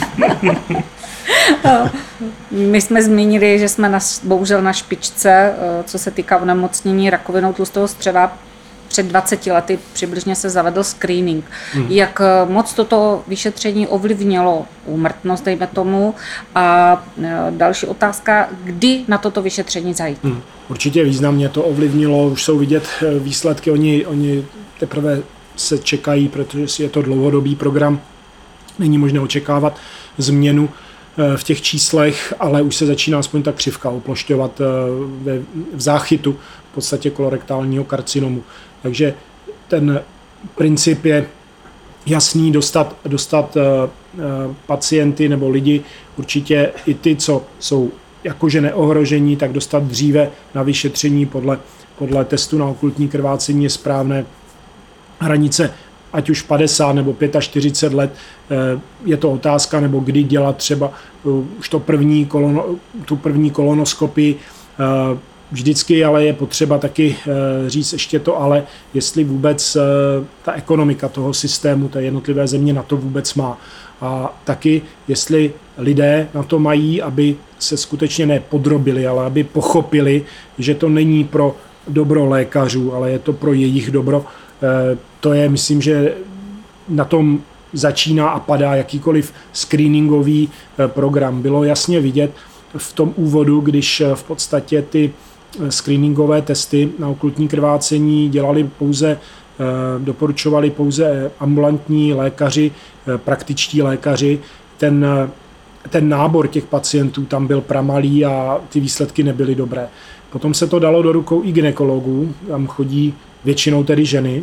My jsme zmínili, že jsme na, bohužel na špičce, co se týká onemocnění rakovinou tlustého střeva. Před dvaceti lety přibližně se zavedl screening. Hmm. Jak moc toto vyšetření ovlivnilo úmrtnost, dejme tomu? A další otázka, kdy na toto vyšetření zajít? Hmm. Určitě významně to ovlivnilo, už jsou vidět výsledky, oni, oni teprve se čekají, protože je to dlouhodobý program, není možné očekávat změnu v těch číslech, ale už se začíná aspoň ta křivka oplošťovat v záchytu v podstatě kolorektálního karcinomu. Takže ten princip je jasný, dostat, dostat pacienty nebo lidi, určitě i ty, co jsou jakože neohrožení, tak dostat dříve na vyšetření podle, podle testu na okultní krvácení je správné. Hranice ať už padesát nebo čtyřicet pět let, je to otázka, nebo kdy dělat třeba už to první kolono, tu první kolonoskopii. Vždycky ale je potřeba taky říct ještě to ale, jestli vůbec ta ekonomika toho systému, té jednotlivé země na to vůbec má. A taky, jestli lidé na to mají, aby se skutečně nepodrobili, ale aby pochopili, že to není pro dobro lékařů, ale je to pro jejich dobro. To je, myslím, že na tom začíná a padá jakýkoliv screeningový program. Bylo jasně vidět v tom úvodu, když v podstatě ty screeningové testy na okultní krvácení dělali pouze, doporučovali pouze ambulantní lékaři, praktičtí lékaři. Ten, ten nábor těch pacientů tam byl pramalý a ty výsledky nebyly dobré. Potom se to dalo do rukou i gynekologů, tam chodí většinou tedy ženy,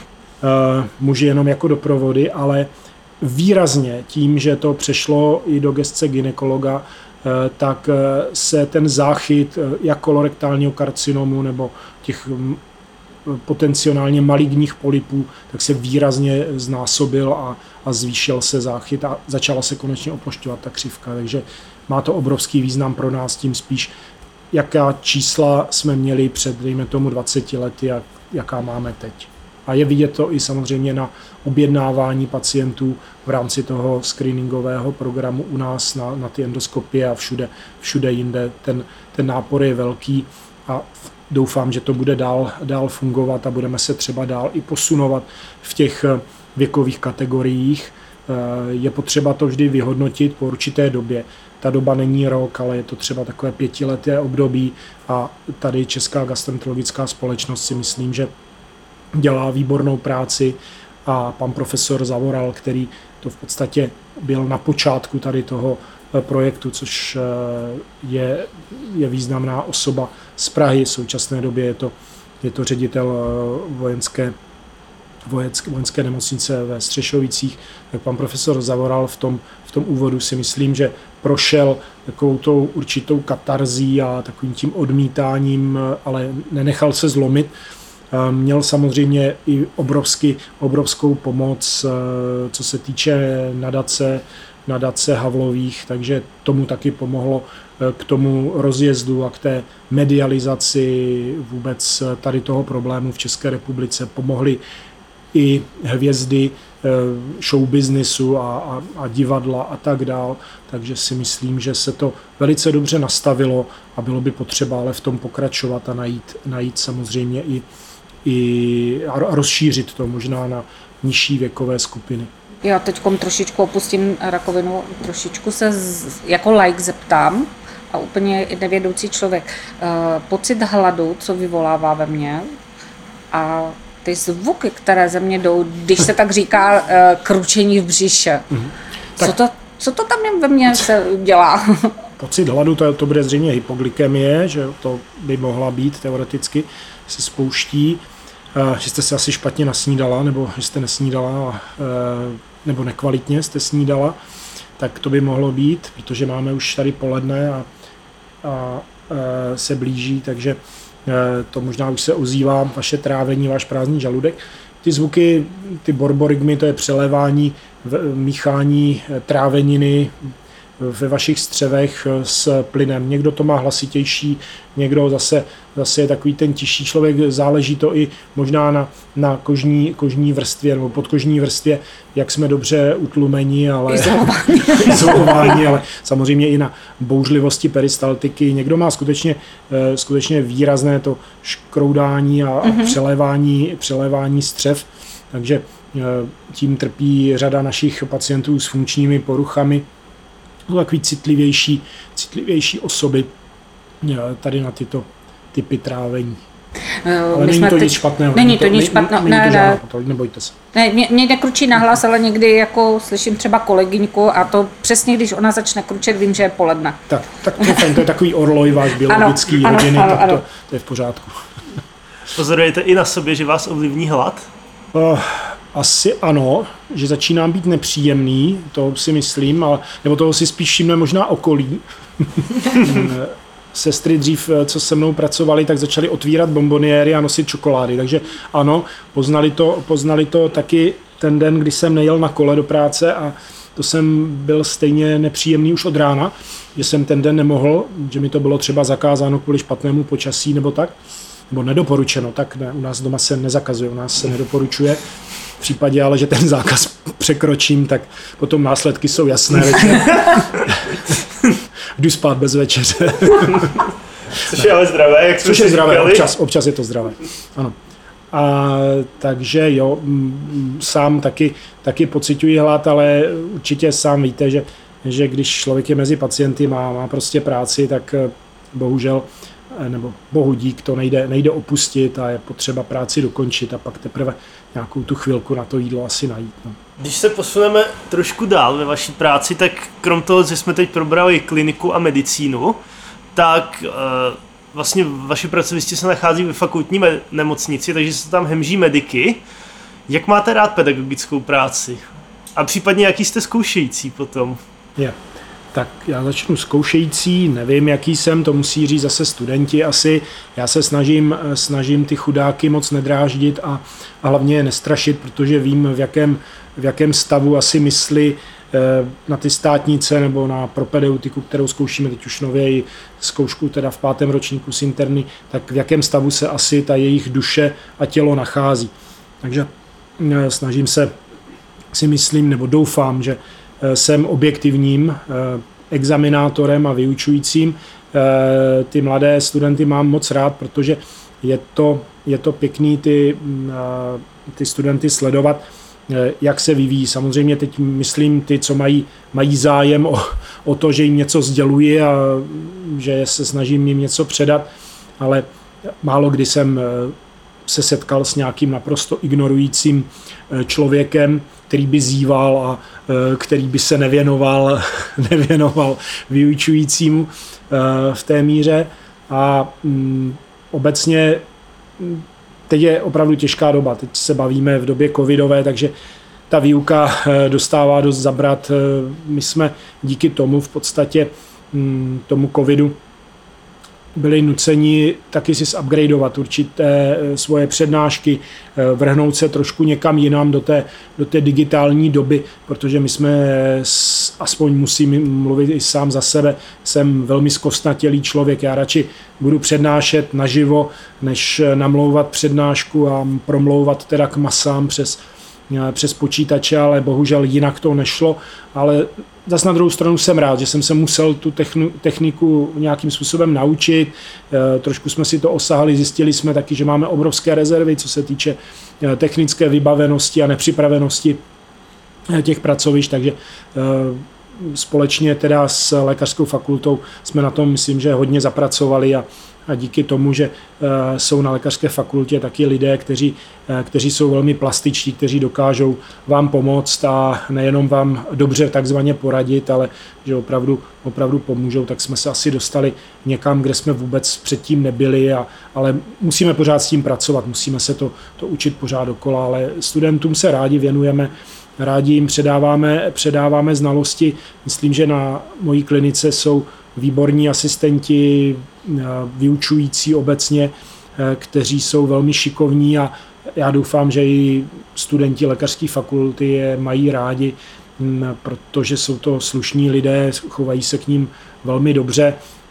muži jenom jako doprovody, ale výrazně tím, že to přešlo i do gesce gynekologa, tak se ten záchyt jak kolorektálního karcinomu nebo těch potenciálně maligních polipů, tak se výrazně znásobil a, a zvýšil se záchyt a začala se konečně oplošťovat ta křivka. Takže má to obrovský význam pro nás, tím spíš, jaká čísla jsme měli před, dejme tomu, dvaceti lety a jaká máme teď. A je vidět to i samozřejmě na objednávání pacientů v rámci toho screeningového programu u nás na, na ty endoskopie a všude, všude jinde. Ten, ten nápor je velký a doufám, že to bude dál, dál fungovat a budeme se třeba dál i posunovat v těch věkových kategoriích. Je potřeba to vždy vyhodnotit po určité době. Ta doba není rok, ale je to třeba takové pětileté období a tady Česká gastroenterologická společnost si myslím, že dělá výbornou práci a pan profesor Zavoral, který to v podstatě byl na počátku tady toho projektu, což je, je významná osoba z Prahy. V současné době je to, je to ředitel vojenské, vojenské, vojenské nemocnice ve Střešovicích. Tak pan profesor Zavoral v tom, v tom úvodu si myslím, že prošel takovou tou určitou katarzí a takovým tím odmítáním, ale nenechal se zlomit Měl samozřejmě i obrovsky, obrovskou pomoc, co se týče nadace, nadace Havlových, takže tomu taky pomohlo k tomu rozjezdu a k té medializaci vůbec tady toho problému v České republice. Pomohly i hvězdy show businessu a, a, a divadla a tak dál, takže si myslím, že se to velice dobře nastavilo a bylo by potřeba ale v tom pokračovat a najít, najít samozřejmě i, i a rozšířit to možná na nižší věkové skupiny. Já teď trošičku opustím rakovinu, trošičku se z, jako laik zeptám a úplně nevědoucí člověk. E, pocit hladu, co vyvolává ve mně a ty zvuky, které ze mě jdou, když se tak říká e, kručení v břiše. Mm-hmm. Co, to, co to tam ve mně se dělá? Pocit hladu, to, to bude zřejmě hypoglykemie, že to by mohla být teoreticky, se spouští. E, že jste se asi špatně nasnídala, nebo že jste nesnídala, e, nebo nekvalitně jste snídala, tak to by mohlo být, protože máme už tady poledne a, a e, se blíží, takže e, to možná už se ozývá vaše trávení, váš prázdný žaludek. Ty zvuky, ty borborygmy, to je přelévání, míchání tráveniny ve vašich střevech s plynem. Někdo to má hlasitější, někdo zase, zase je takový ten tišší člověk. Záleží to i možná na, na kožní, kožní vrstvě nebo podkožní vrstvě, jak jsme dobře utlumeni, ale izolování. izolování, ale samozřejmě i na bouřlivosti peristaltiky. Někdo má skutečně, skutečně výrazné to škroudání a, mm-hmm. a přelévání, přelévání střev, takže tím trpí řada našich pacientů s funkčními poruchami. No, takový citlivější, citlivější osoby tady na tyto typy trávení. Ale My není to teď... nic špatného. Není to nic špatného, ne, ne. Nebojte se. Ne, mě, mě nekručí nahlas, ale někdy jako slyším třeba kolegyňku a to přesně, když ona začne kručet, vím, že je poledne. Tak, tak to je fajn, to je takový orloj váš biologický ano, rodiny, ano, tak ano. To, to je v pořádku. Pozorujete i na sobě, že vás ovlivní hlad? Uh, asi ano, že začínám být nepříjemný, to si myslím, ale, nebo toho si spíš všimne možná okolí. Sestry dřív, co se mnou pracovali, tak začali otvírat bomboniéry a nosit čokolády, takže ano, poznali to, poznali to taky ten den, kdy jsem nejel na kole do práce a to jsem byl stejně nepříjemný už od rána, že jsem ten den nemohl, že mi to bylo třeba zakázáno kvůli špatnému počasí nebo tak, nebo nedoporučeno, tak ne, u nás doma se nezakazuje, u nás se nedoporučuje. V případě ale, že ten zákaz překročím, tak potom následky jsou jasné večer. Jdu spát bez večeře. Což je ale zdravé, jak Což je zdravé, občas, občas je to zdravé. Ano. A takže jo, sám taky, taky pociťuji hlad, ale určitě sám víte, že, že když člověk je mezi pacienty, má, má prostě práci, tak bohužel, nebo bohu dík, to nejde, nejde opustit a je potřeba práci dokončit a pak teprve nějakou tu chvilku na to jídlo asi najít. No. Když se posuneme trošku dál ve vaší práci, tak krom toho, že jsme teď probrali kliniku a medicínu, tak e, vlastně vaše pracoviště se nachází ve fakultní me- nemocnici, takže se tam hemží mediky. Jak máte rád pedagogickou práci? A případně jaký jste zkoušející potom? Je. Tak já začnu zkoušející, nevím, jaký jsem, to musí říct zase studenti asi. Já se snažím, snažím ty chudáky moc nedráždit a, a hlavně je nestrašit, protože vím, v jakém, v jakém stavu asi mysli na ty státnice nebo na propedeutiku, kterou zkoušíme teď už nově i zkoušku teda v pátém ročníku z interny, tak v jakém stavu se asi ta jejich duše a tělo nachází. Takže snažím se, si myslím, nebo doufám, že jsem objektivním examinátorem a vyučujícím. Ty mladé studenty mám moc rád, protože je to, je to pěkný ty, ty studenty sledovat, jak se vyvíjí. Samozřejmě teď myslím ty, co mají, mají zájem o, o to, že jim něco sděluji a že se snažím jim něco předat, ale málo kdy jsem se setkal s nějakým naprosto ignorujícím člověkem, který by zýval a který by se nevěnoval, nevěnoval vyučujícímu v té míře. A obecně teď je opravdu těžká doba. Teď se bavíme v době covidové, takže ta výuka dostává dost zabrat. My jsme díky tomu v podstatě tomu covidu byli nuceni taky si upgradeovat určité svoje přednášky, vrhnout se trošku někam jinam do té, do té digitální doby, protože my jsme, aspoň musím mluvit i sám za sebe, jsem velmi zkostnatělý člověk, já radši budu přednášet naživo, než namlouvat přednášku a promlouvat teda k masám přes přes počítače, ale bohužel jinak to nešlo, ale zase na druhou stranu jsem rád, že jsem se musel tu techniku nějakým způsobem naučit, trošku jsme si to osahali, zjistili jsme taky, že máme obrovské rezervy, co se týče technické vybavenosti a nepřipravenosti těch pracovišť, takže společně teda s lékařskou fakultou jsme na tom, myslím, že hodně zapracovali a A díky tomu, že jsou na lékařské fakultě taky lidé, kteří, kteří jsou velmi plastičtí, kteří dokážou vám pomoct a nejenom vám dobře takzvaně poradit, ale že opravdu, opravdu pomůžou, tak jsme se asi dostali někam, kde jsme vůbec předtím nebyli, a, ale musíme pořád s tím pracovat, musíme se to, to učit pořád dokola, ale studentům se rádi věnujeme, rádi jim předáváme, předáváme znalosti. Myslím, že na mojí klinice jsou výborní asistenti, vyučující obecně, kteří jsou velmi šikovní a já doufám, že i studenti lékařské fakulty je mají rádi, protože jsou to slušní lidé, chovají se k ním velmi dobře.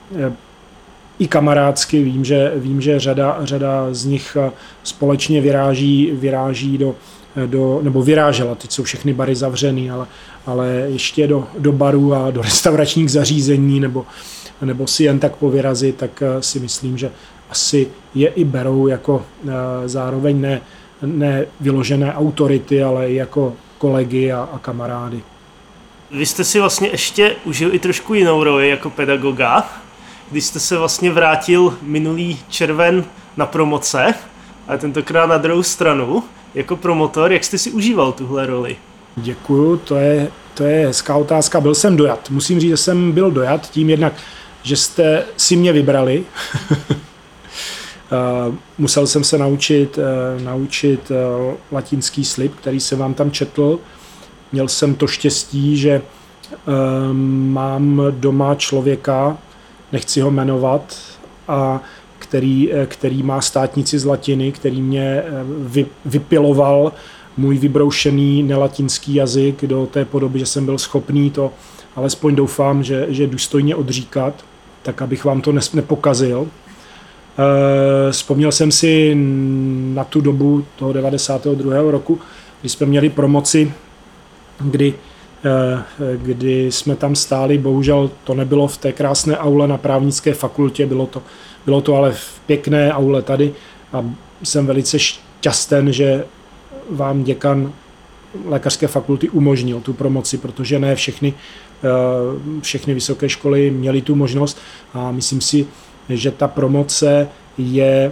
I kamarádsky vím, že, vím, že řada, řada z nich společně vyráží, vyráží do, do, nebo vyrážela, teď jsou všechny bary zavřený, ale, ale ještě do, do barů a do restauračních zařízení nebo nebo si jen tak povyrazit, tak si myslím, že asi je i berou jako zároveň ne, ne vyložené autority, ale i jako kolegy a, a kamarády. Vy jste si vlastně ještě užil i trošku jinou roli jako pedagoga, když jste se vlastně vrátil minulý červen na promoce, ale tentokrát na druhou stranu, jako promotor. Jak jste si užíval tuhle roli? Děkuju, to je, to je hezká otázka. Byl jsem dojat. Musím říct, že jsem byl dojat tím jednak, že jste si mě vybrali. Musel jsem se naučit, naučit latinský slib, který jsem vám tam četl. Měl jsem to štěstí, že mám doma člověka, nechci ho jmenovat, a který, který má státnici z latiny, který mě vy, vypiloval můj vybroušený nelatinský jazyk do té podoby, že jsem byl schopný to, alespoň doufám, že, že důstojně odříkat, tak abych vám to nepokazil. E, vzpomněl jsem si na tu dobu toho devadesátého druhého roku, kdy jsme měli promoci, kdy, e, kdy jsme tam stáli, bohužel to nebylo v té krásné aule na právnické fakultě, bylo to, bylo to ale v pěkné aule tady a jsem velice šťasten, že vám děkan lékařské fakulty umožnil tu promoci, protože ne všechny, všechny vysoké školy měly tu možnost a myslím si, že ta promoce je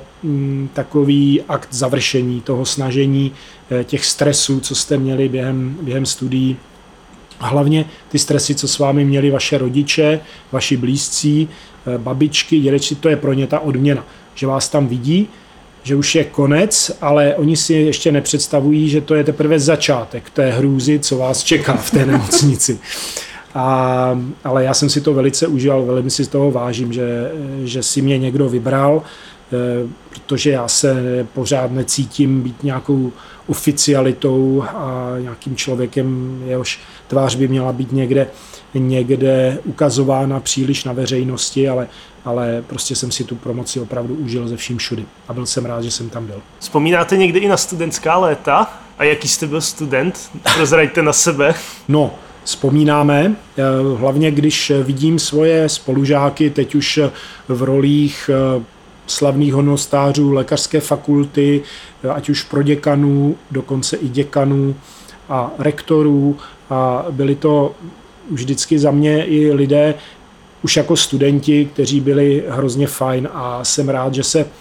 takový akt završení toho snažení, těch stresů, co jste měli během, během studií. Hlavně ty stresy, co s vámi měli vaše rodiče, vaši blízcí, babičky, dědečci, to je pro ně ta odměna, že vás tam vidí, že už je konec, ale oni si ještě nepředstavují, že to je teprve začátek té hrůzy, co vás čeká v té nemocnici. A, ale já jsem si to velice užil, velmi si toho vážím, že, že si mě někdo vybral, protože já se pořád necítím být nějakou oficialitou a nějakým člověkem, jehož tvář by měla být někde, někde ukazována příliš na veřejnosti, ale, ale prostě jsem si tu promoci opravdu užil ze vším všudy a byl jsem rád, že jsem tam byl. Vzpomínáte někdy i na studentská léta? A jaký jste byl student? Prozraďte na sebe. No, vzpomínáme, hlavně když vidím svoje spolužáky, teď už v rolích slavných honostářů lékařské fakulty, ať už proděkanů, dokonce i děkanů a rektorů. A byli to vždycky za mě i lidé už jako studenti, kteří byli hrozně fajn a jsem rád, že se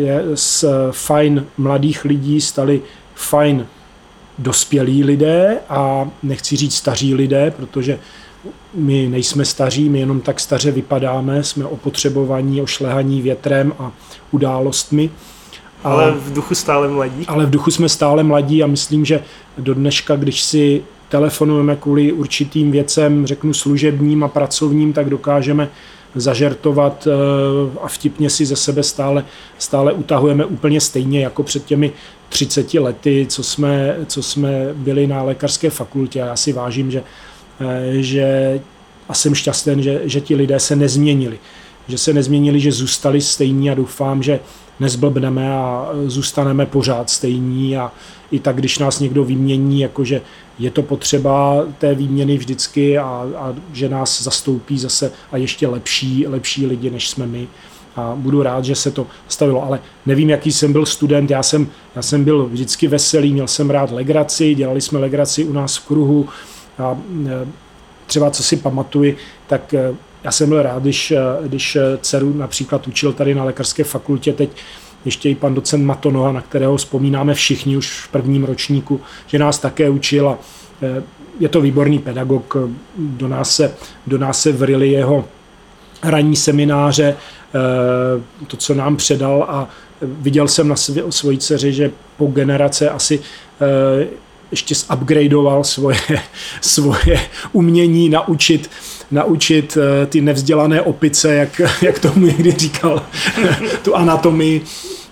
z fajn mladých lidí stali fajn dospělí lidé a nechci říct staří lidé, protože my nejsme staří, my jenom tak staře vypadáme, jsme opotřebovaní, ošlehaní větrem a událostmi. Ale a, v duchu stále mladí. Ale v duchu jsme stále mladí a myslím, že do dneška, když si telefonujeme kvůli určitým věcem, řeknu služebním a pracovním, tak dokážeme zažertovat a vtipně si ze sebe stále, stále utahujeme úplně stejně jako před těmi třiceti lety, co jsme, co jsme byli na lékařské fakultě. A já si vážím, že, že a jsem šťastný, že, že ti lidé se nezměnili. Že se nezměnili, že zůstali stejní a doufám, že nezblbneme a zůstaneme pořád stejní a i tak, když nás někdo vymění, jakože je to potřeba té výměny vždycky a, a že nás zastoupí zase a ještě lepší, lepší lidi, než jsme my. A budu rád, že se to stavilo, ale nevím, jaký jsem byl student, já jsem, já jsem byl vždycky veselý, měl jsem rád legraci, dělali jsme legraci u nás v kruhu a třeba co si pamatuji, tak já jsem byl rád, když, když dceru například učil tady na lékařské fakultě, teď ještě i pan docent Matonoha, na kterého vzpomínáme všichni už v prvním ročníku, že nás také učil a je to výborný pedagog, do nás se, do nás se vrily jeho ranní semináře, to, co nám předal a viděl jsem na svojí dceři, že po generace asi ještě zupgradeoval svoje, svoje umění naučit, naučit ty nevzdělané opice, jak, jak tomu někdy říkal, tu anatomii.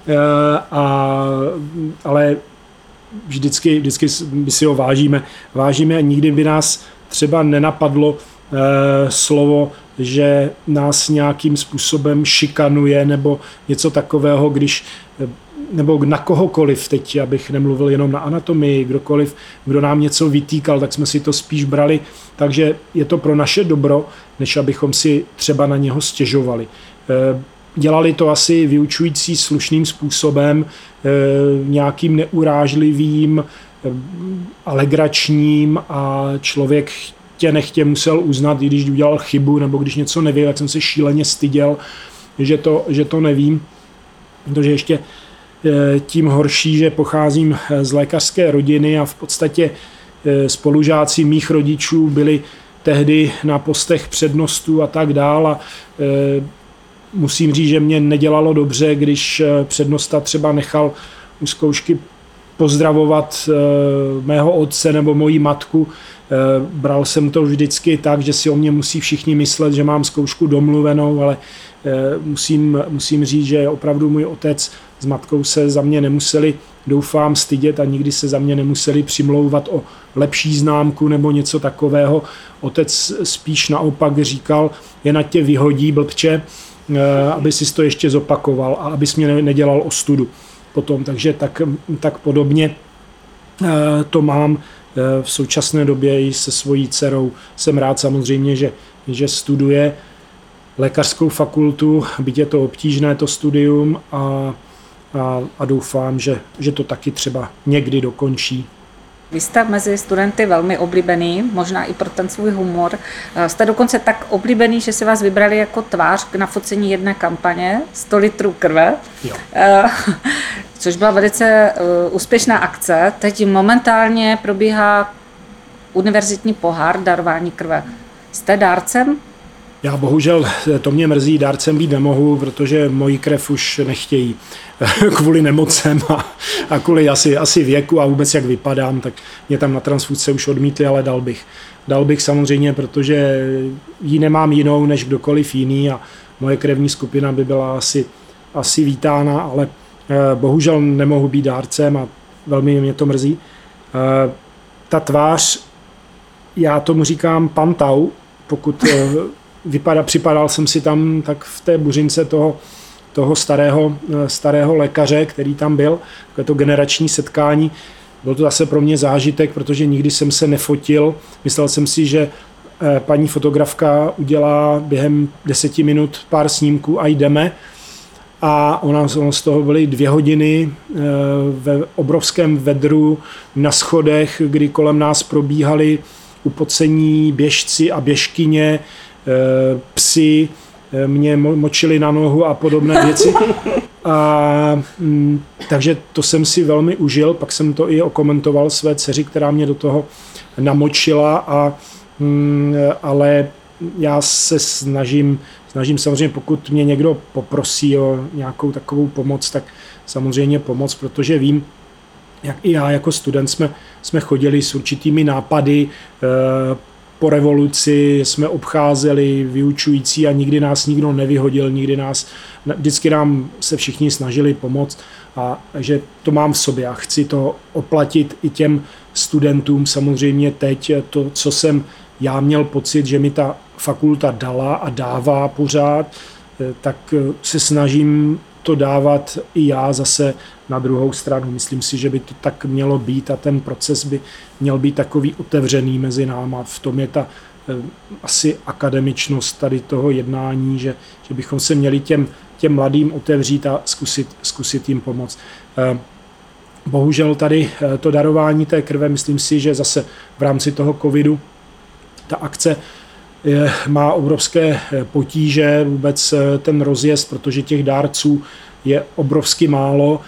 A, ale vždycky, vždycky my si ho vážíme. Vážíme a nikdy by nás třeba nenapadlo eh, slovo, že nás nějakým způsobem šikanuje nebo něco takového, když nebo na kohokoliv, teď abych nemluvil jenom na anatomii, kdokoliv, kdo nám něco vytýkal, tak jsme si to spíš brali, takže je to pro naše dobro, než abychom si třeba na něho stěžovali. Dělali to asi vyučující slušným způsobem, nějakým neurážlivým a legračním a člověk chtě nechtě musel uznat, i když udělal chybu nebo když něco nevěděl, jak jsem se šíleně styděl, že to, že to nevím, protože ještě tím horší, že pocházím z lékařské rodiny a v podstatě spolužáci mých rodičů byli tehdy na postech přednostů a tak dál a musím říct, že mě nedělalo dobře, když přednosta třeba nechal u zkoušky pozdravovat mého otce nebo moji matku. Bral jsem to vždycky tak, že si o mě musí všichni myslet, že mám zkoušku domluvenou, ale musím, musím říct, že opravdu můj otec s matkou se za mě nemuseli, doufám, stydět a nikdy se za mě nemuseli přimlouvat o lepší známku nebo něco takového. Otec spíš naopak říkal, je na tě vyhodí, blbče, aby si to ještě zopakoval a abys mě nedělal ostudu potom. Takže tak, tak podobně to mám v současné době i se svojí dcerou. Jsem rád samozřejmě, že, že studuje lékařskou fakultu, byť je to obtížné to studium a, a, a doufám, že, že to taky třeba někdy dokončí. Vy jste mezi studenty velmi oblíbený, možná i pro ten svůj humor. Jste dokonce tak oblíbený, že si vás vybrali jako tvář k nafocení jedné kampaně sto litrů krve, Jo. Což byla velice úspěšná akce. Teď momentálně probíhá univerzitní pohár darování krve. Jste dárcem? Já bohužel, to mě mrzí, dárcem být nemohu, protože moji krev už nechtějí kvůli nemocem a, a kvůli asi, asi věku a vůbec jak vypadám, tak mě tam na transfuzce už odmítli, ale dal bych. Dal bych samozřejmě, protože ji nemám jinou než kdokoliv jiný a moje krevní skupina by byla asi, asi vítána, ale eh, bohužel nemohu být dárcem a velmi mě to mrzí. Eh, ta tvář, já tomu říkám pantau, pokud eh, vypadá, připadal jsem si tam tak v té buřince toho, toho starého, starého lékaře, který tam byl, takové to generační setkání. Byl to zase pro mě zážitek, protože nikdy jsem se nefotil. Myslel jsem si, že paní fotografka udělá během deseti minut pár snímků a jdeme. A ona, ona z toho byly dvě hodiny ve obrovském vedru na schodech, kdy kolem nás probíhali upocení běžci a běžkyně, psi mě močili na nohu a podobné věci. A, m, takže to jsem si velmi užil, pak jsem to i okomentoval své dceři, která mě do toho namočila, a, m, ale já se snažím, snažím samozřejmě, pokud mě někdo poprosí o nějakou takovou pomoc, tak samozřejmě pomoc, protože vím, jak i já jako student jsme, jsme chodili s určitými nápady, po revoluci jsme obcházeli vyučující a nikdy nás nikdo nevyhodil, nikdy nás, vždycky nám se všichni snažili pomoct a že to mám v sobě a chci to oplatit i těm studentům. Samozřejmě teď to, co jsem já měl pocit, že mi ta fakulta dala a dává pořád, tak se snažím to dávat i já zase na druhou stranu. Myslím si, že by to tak mělo být a ten proces by měl být takový otevřený mezi náma. V tom je ta asi akademičnost tady toho jednání, že, že bychom se měli těm, těm mladým otevřít a zkusit, zkusit jim pomoct. Bohužel tady to darování té krve, myslím si, že zase v rámci toho covidu ta akce je, má obrovské potíže, vůbec ten rozjezd, protože těch dárců je obrovsky málo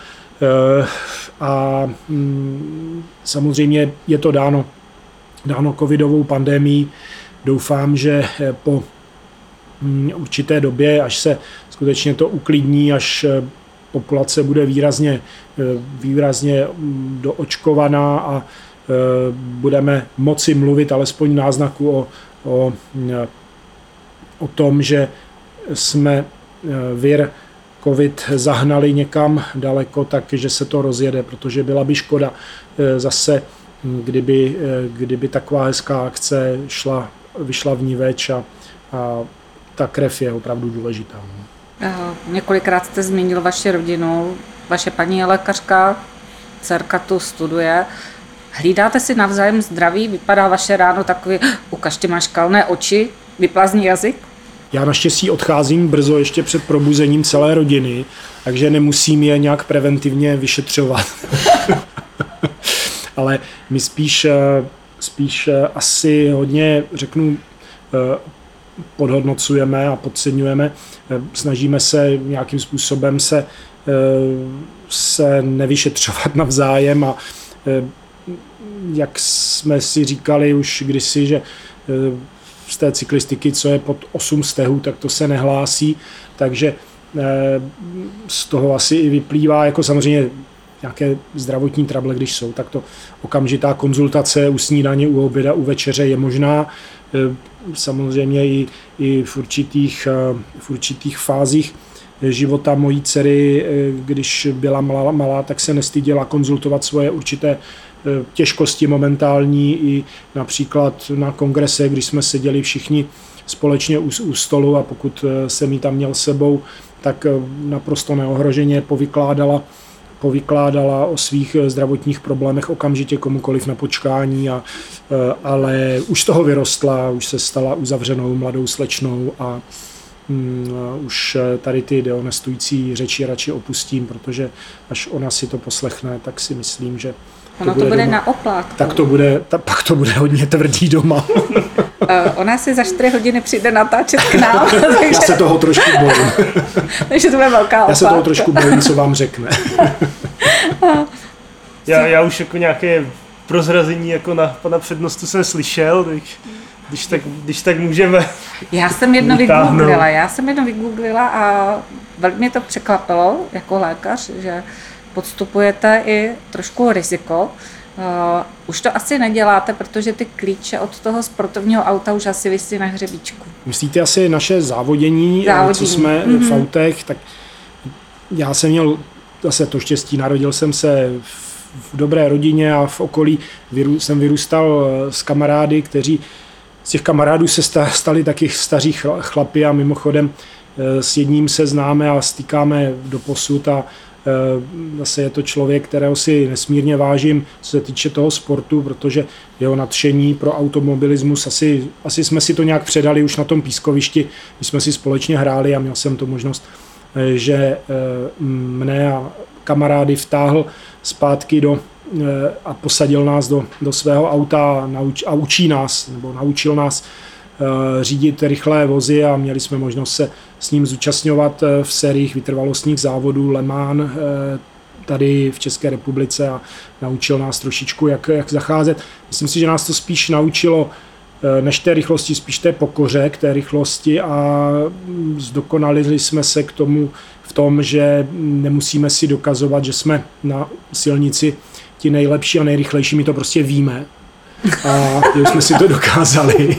a samozřejmě je to dáno, dáno covidovou pandemií. Doufám, že po určité době, až se skutečně to uklidní, až populace bude výrazně, výrazně doočkovaná a budeme moci mluvit alespoň náznaku o, o, o tom, že jsme vir covid zahnali někam daleko, takže se to rozjede, protože byla by škoda zase, kdyby, kdyby taková hezká akce šla, vyšla v ní več a, a ta krev je opravdu důležitá. Několikrát jste zmínil vaši rodinu, vaše paní je lékařka, dcerka tu studuje. Hlídáte si navzájem zdraví? Vypadá vaše ráno takový, ukažte, máš kalné oči, vyplazní jazyk? Já naštěstí odcházím brzo ještě před probuzením celé rodiny, takže nemusím je nějak preventivně vyšetřovat. Ale my spíš, spíš asi hodně, řeknu, podhodnocujeme a podceňujeme. Snažíme se nějakým způsobem se, se nevyšetřovat navzájem a jak jsme si říkali už kdysi, že z té cyklistiky, co je pod osm stehů, tak to se nehlásí, takže z toho asi i vyplývá, jako samozřejmě nějaké zdravotní trable, když jsou, tak to okamžitá konzultace u snídaně, u oběda, u večeře je možná. Samozřejmě i, i v, určitých, v určitých fázích života mojí dcery, když byla malá, malá, tak se nestyděla konzultovat svoje určité těžkosti momentální i například na kongrese, když jsme seděli všichni společně u, u stolu a pokud jsem ji tam měl sebou, tak naprosto neohroženě povykládala, povykládala o svých zdravotních problémech okamžitě komukoliv na počkání, a, ale už z toho vyrostla, už se stala uzavřenou mladou slečnou a mm, už tady ty dehonestující řeči radši opustím, protože až ona si to poslechne, tak si myslím, že to ono bude, to bude na oplátku. Tak to bude, ta, pak to bude hodně tvrdý doma. Ona si za čtyři hodiny přijde natáčet k nám. Takže, já se toho trošku bojím. Takže to bude velká oplátku. Já se toho trošku bojím, co vám řekne. já, já už jako nějaké prozrazení jako na pana přednostu jsem slyšel, tak když tak, když tak můžeme. Já jsem jedno vygooglila, já jsem jedno vygooglila a velmi mě to překvapilo jako lékař, že podstupujete i trošku riziko. Uh, už to asi neděláte, protože ty klíče od toho sportovního auta už asi visí na hřebíčku. Myslíte asi naše závodění, závodění. Co jsme mm-hmm. v autech, tak já jsem měl zase to štěstí, narodil jsem se v dobré rodině a v okolí vyrů, jsem vyrůstal s kamarády, kteří z těch kamarádů se stali taky staří chlapi a mimochodem s jedním se známe a stýkáme doposud a zase je to člověk, kterého si nesmírně vážím, co se týče toho sportu, protože jeho nadšení pro automobilismus, asi, asi jsme si to nějak předali už na tom pískovišti, když jsme si společně hráli a měl jsem tu možnost, že mne a kamarády vtáhl zpátky do, a posadil nás do, do svého auta a, nauč, a učí nás, nebo naučil nás řídit rychlé vozy a měli jsme možnost se s ním zúčastňovat v sériích vytrvalostních závodů Le Mans tady v České republice a naučil nás trošičku, jak, jak zacházet. Myslím si, že nás to spíš naučilo než té rychlosti, spíš té pokoře k té rychlosti a zdokonalili jsme se k tomu v tom, že nemusíme si dokazovat, že jsme na silnici ti nejlepší a nejrychlejší, my to prostě víme. a že jsme si to dokázali.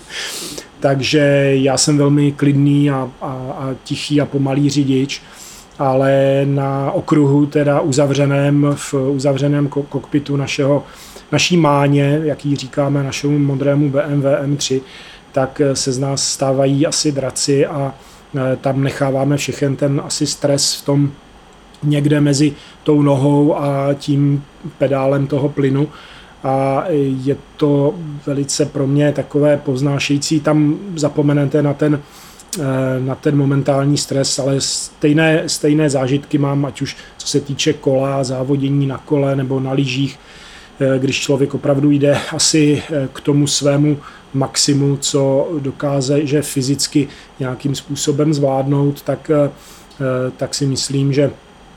Takže já jsem velmi klidný a, a, a tichý a pomalý řidič, ale na okruhu, teda uzavřeném, v uzavřeném kokpitu našeho, naší máně, jak ji říkáme, našemu modrému B M W M tři, tak se z nás stávají asi draci a tam necháváme všechen ten asi stres v tom někde mezi tou nohou a tím pedálem toho plynu. A je to velice pro mě takové povznášející, tam zapomenete na ten, na ten momentální stres, ale stejné, stejné zážitky mám, ať už co se týče kola, závodění na kole nebo na lyžích, když člověk opravdu jde asi k tomu svému maximu, co dokáže že fyzicky nějakým způsobem zvládnout, tak, tak si myslím, že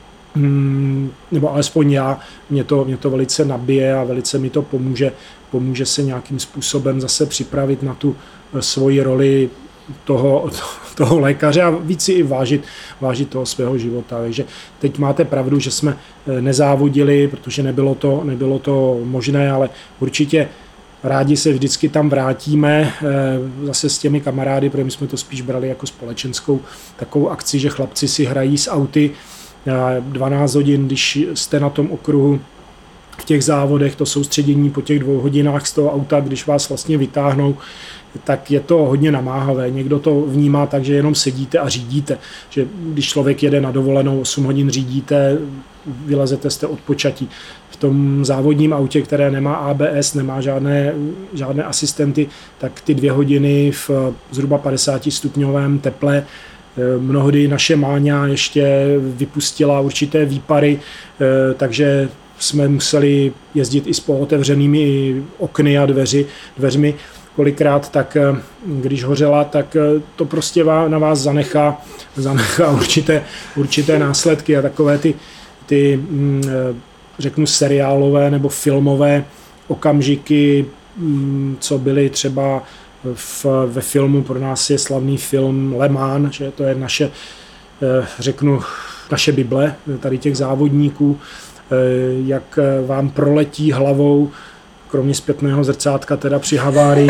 nebo alespoň já, mě to, mě to velice nabije a velice mi to pomůže, pomůže se nějakým způsobem zase připravit na tu svoji roli toho, toho lékaře a víc si i vážit, vážit toho svého života. Takže teď máte pravdu, že jsme nezávodili, protože nebylo to, nebylo to možné, ale určitě rádi se vždycky tam vrátíme zase s těmi kamarády, protože my jsme to spíš brali jako společenskou takovou akci, že chlapci si hrají s auty dvanáct hodin, když jste na tom okruhu v těch závodech, to soustředění po těch dvou hodinách z toho auta, když vás vlastně vytáhnou, tak je to hodně namáhavé. Někdo to vnímá tak, že jenom sedíte a řídíte. Že když člověk jede na dovolenou, osm hodin řídíte, vylezete, jste odpočatí. V tom závodním autě, které nemá A B S, nemá žádné, žádné asistenty, tak ty dvě hodiny v zhruba padesát stupňovém teple, mnohdy naše Máňa ještě vypustila určité výpary, takže jsme museli jezdit i s pootevřenými okny a dveři, dveřmi kolikrát, tak když hořela, tak to prostě na vás zanechá, zanechá určité, určité následky a takové ty, ty, řeknu, seriálové nebo filmové okamžiky, co byly třeba v, ve filmu, pro nás je slavný film Le Mans, že to je naše, řeknu, naše bible tady těch závodníků, jak vám proletí hlavou, kromě zpětného zrcátka teda při havárii,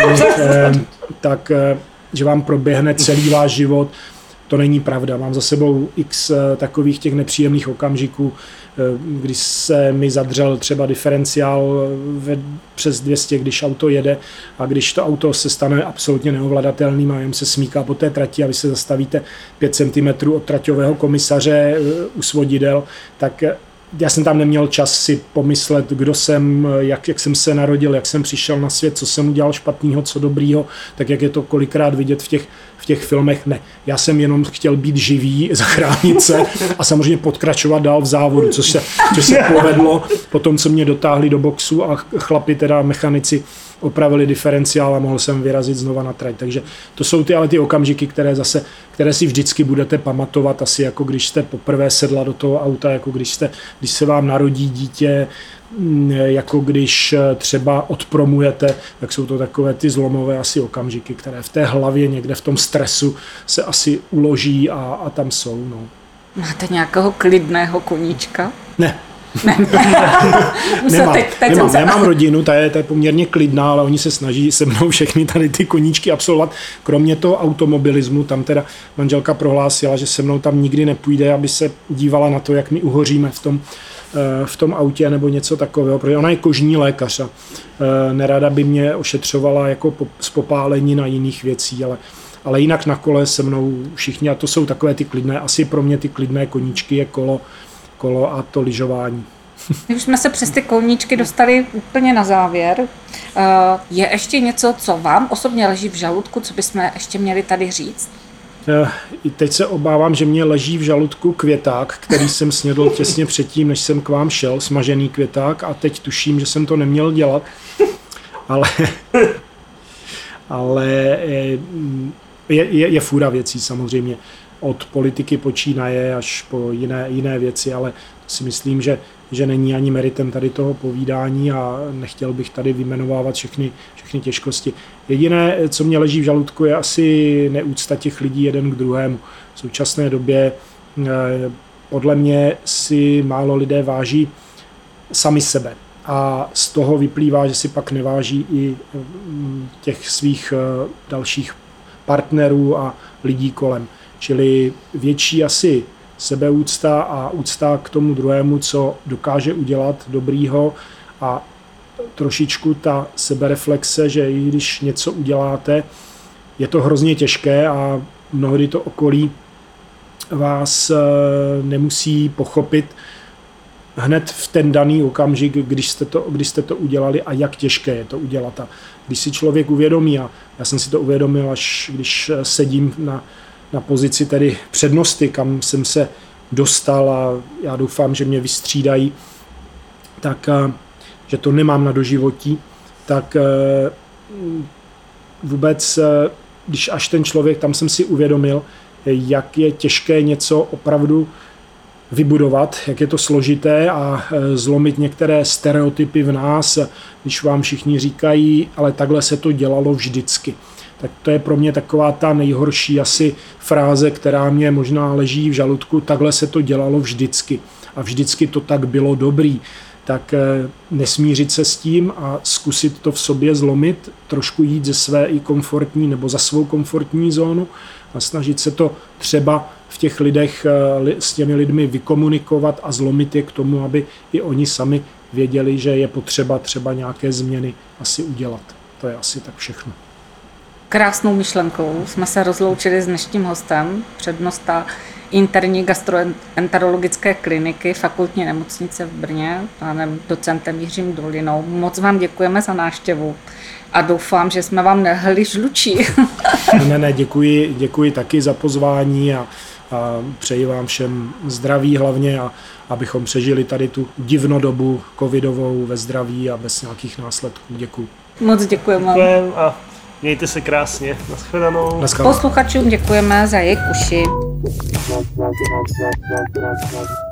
tak že vám proběhne celý váš život. To není pravda. Mám za sebou x takových těch nepříjemných okamžiků, když se mi zadřel třeba diferenciál ve, přes dvě stě, když auto jede a když to auto se stane absolutně neovladatelným a jen se smíká po té trati a vy se zastavíte pět centimetrů od traťového komisaře u svodidel, tak já jsem tam neměl čas si pomyslet, kdo jsem, jak, jak jsem se narodil, jak jsem přišel na svět, co jsem udělal špatného, co dobrýho, tak jak je to kolikrát vidět v těch, v těch filmech. Ne, já jsem jenom chtěl být živý, zachránit se a samozřejmě pokračovat dál v závodu, což se, což se povedlo po tom, co mě dotáhli do boxu a chlapi, teda mechanici, opravili diferenciál a mohl jsem vyrazit znova na trať. Takže to jsou ty ale ty okamžiky, které zase, které si vždycky budete pamatovat, asi jako když jste poprvé sedla do toho auta, jako když, jste, když se vám narodí dítě, jako když třeba odpromujete, tak jsou to takové ty zlomové asi okamžiky, které v té hlavě někde v tom stresu se asi uloží a, a tam jsou. No. Máte nějakého klidného koníčka? Ne. Ne. nemám, teď, teď nemám, se... nemám rodinu, ta je, ta je poměrně klidná, ale oni se snaží se mnou všechny tady ty koníčky absolvovat. Kromě toho automobilismu, tam teda manželka prohlásila, že se mnou tam nikdy nepůjde, aby se dívala na to, jak my uhoříme v tom, v tom autě nebo něco takového, protože ona je kožní lékař a nerada by mě ošetřovala jako z popálení na jiných věcí, ale ale jinak na kole se mnou všichni, a to jsou takové ty klidné, asi pro mě ty klidné koníčky je kolo, kolo a to lyžování. My už jsme se přes ty koníčky dostali úplně na závěr. Je ještě něco, co vám osobně leží v žaludku, co bychom ještě měli tady říct? I teď se obávám, že mě leží v žaludku květák, který jsem snědl těsně předtím, než jsem k vám šel, smažený květák, a teď tuším, že jsem to neměl dělat, ale, ale je, je, je fůra věcí samozřejmě. Od politiky počínaje až po jiné, jiné věci, ale si myslím, že, že není ani meritem tady toho povídání a nechtěl bych tady vyjmenovávat všechny, všechny těžkosti. Jediné, co mě leží v žaludku, je asi neúcta těch lidí jeden k druhému. V současné době podle mě si málo lidé váží sami sebe. a z toho vyplývá, že si pak neváží i těch svých dalších partnerů a lidí kolem. Čili větší asi sebeúcta a úcta k tomu druhému, co dokáže udělat dobrýho, a trošičku ta sebereflexe, že i když něco uděláte, je to hrozně těžké a mnohdy to okolí vás nemusí pochopit hned v ten daný okamžik, když jste to, když jste to udělali a jak těžké je to udělat. A když si člověk uvědomí, a já jsem si to uvědomil, až když sedím na, na pozici tedy přednosty, kam jsem se dostal, a já doufám, že mě vystřídají, tak že to nemám na doživotí, tak vůbec, když až ten člověk, tam jsem si uvědomil, jak je těžké něco opravdu vybudovat, jak je to složité a zlomit některé stereotypy v nás, když vám všichni říkají, ale takhle se to dělalo vždycky. Tak to je pro mě taková ta nejhorší asi fráze, která mě možná leží v žaludku, takhle se to dělalo vždycky a vždycky to tak bylo dobrý. Tak nesmířit se s tím a zkusit to v sobě zlomit, trošku jít ze své i komfortní nebo za svou komfortní zónu a snažit se to třeba v těch lidech s těmi lidmi vykomunikovat a zlomit je k tomu, aby i oni sami věděli, že je potřeba třeba nějaké změny asi udělat. To je asi tak všechno. Krásnou myšlenkou jsme se rozloučili s dnešním hostem, přednosta interní gastroenterologické kliniky Fakultní nemocnice v Brně, panem docentem Jiřím Dolinou. Moc vám děkujeme za návštěvu a doufám, že jsme vám nehli žlučí. Ne, ne, děkuji, děkuji taky za pozvání a, a přeji vám všem zdraví hlavně, a abychom přežili tady tu divnou dobu covidovou ve zdraví a bez nějakých následků. Děkuji. Moc děkujeme. Děkujeme a mějte se krásně. Naschledanou. Naschledanou. Posluchačům děkujeme za jejich uši.